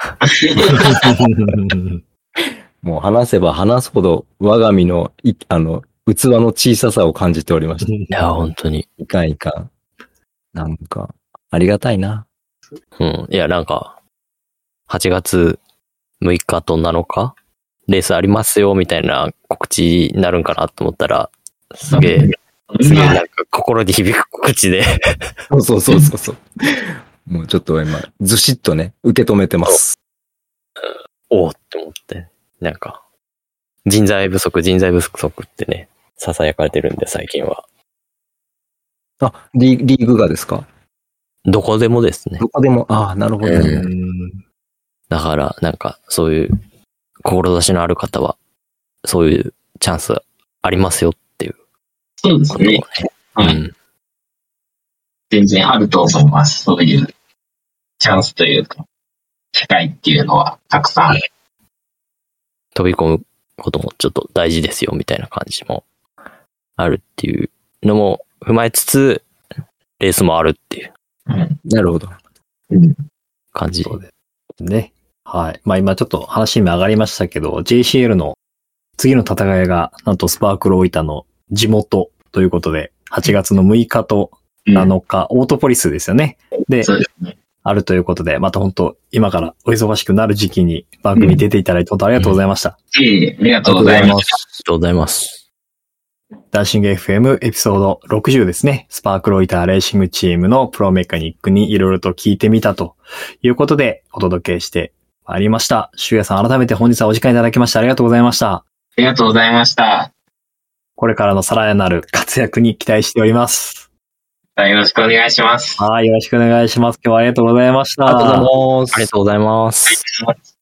もう話せば話すほど我が身の、器の小ささを感じておりました。 いや、本当に。 いかんいかん。なんか、ありがたいな。 うん。いや、なんか、8月6日と7日、レースありますよ、みたいな告知になるんかなと思ったら、すげえなんか心に響く告知で。 そう。もうちょっと今、ずしっとね、受け止めてます。 おおって思って。なんか、人材不足ってね、囁かれてるんで、最近は。 リーグがですか？ どこでもですね。 どこでも、なるほど。 だから、なんか、そういう、志のある方は、そういうチャンスありますよっていう。 そうですね。うん。全然あると思います。そういうチャンスというか、機会っていうのはたくさん。 飛び込むこともちょっと大事ですよみたいな感じもあるっていうのも踏まえつつ、レースもあるっていう。 なるほど。 感じ。 そうですね。はい。まあ今ちょっと話にも上がりましたけど、JCL の次の戦いが、なんとスパークル大分の地元ということで、8月の6日と7日、オートポリスですよね。で、あるということで、また本当今からお忙しくなる時期に番組に出ていただいて本当ありがとうございました。 ありがとうございます。 ありがとうございます。 ダンシング FM エピソード60ですね。スパークル大分レーシングチームのプロメカニックにいろいろと聞いてみたということでお届けしてまいりました。シュウヤさん改めて本日はお時間いただきましてありがとうございました。 ありがとうございました。 これからのさらなる活躍に期待しております。 よろしくお願いします。 はい、よろしくお願いします。今日はありがとうございました。 ありがとうございます。 ありがとうございます。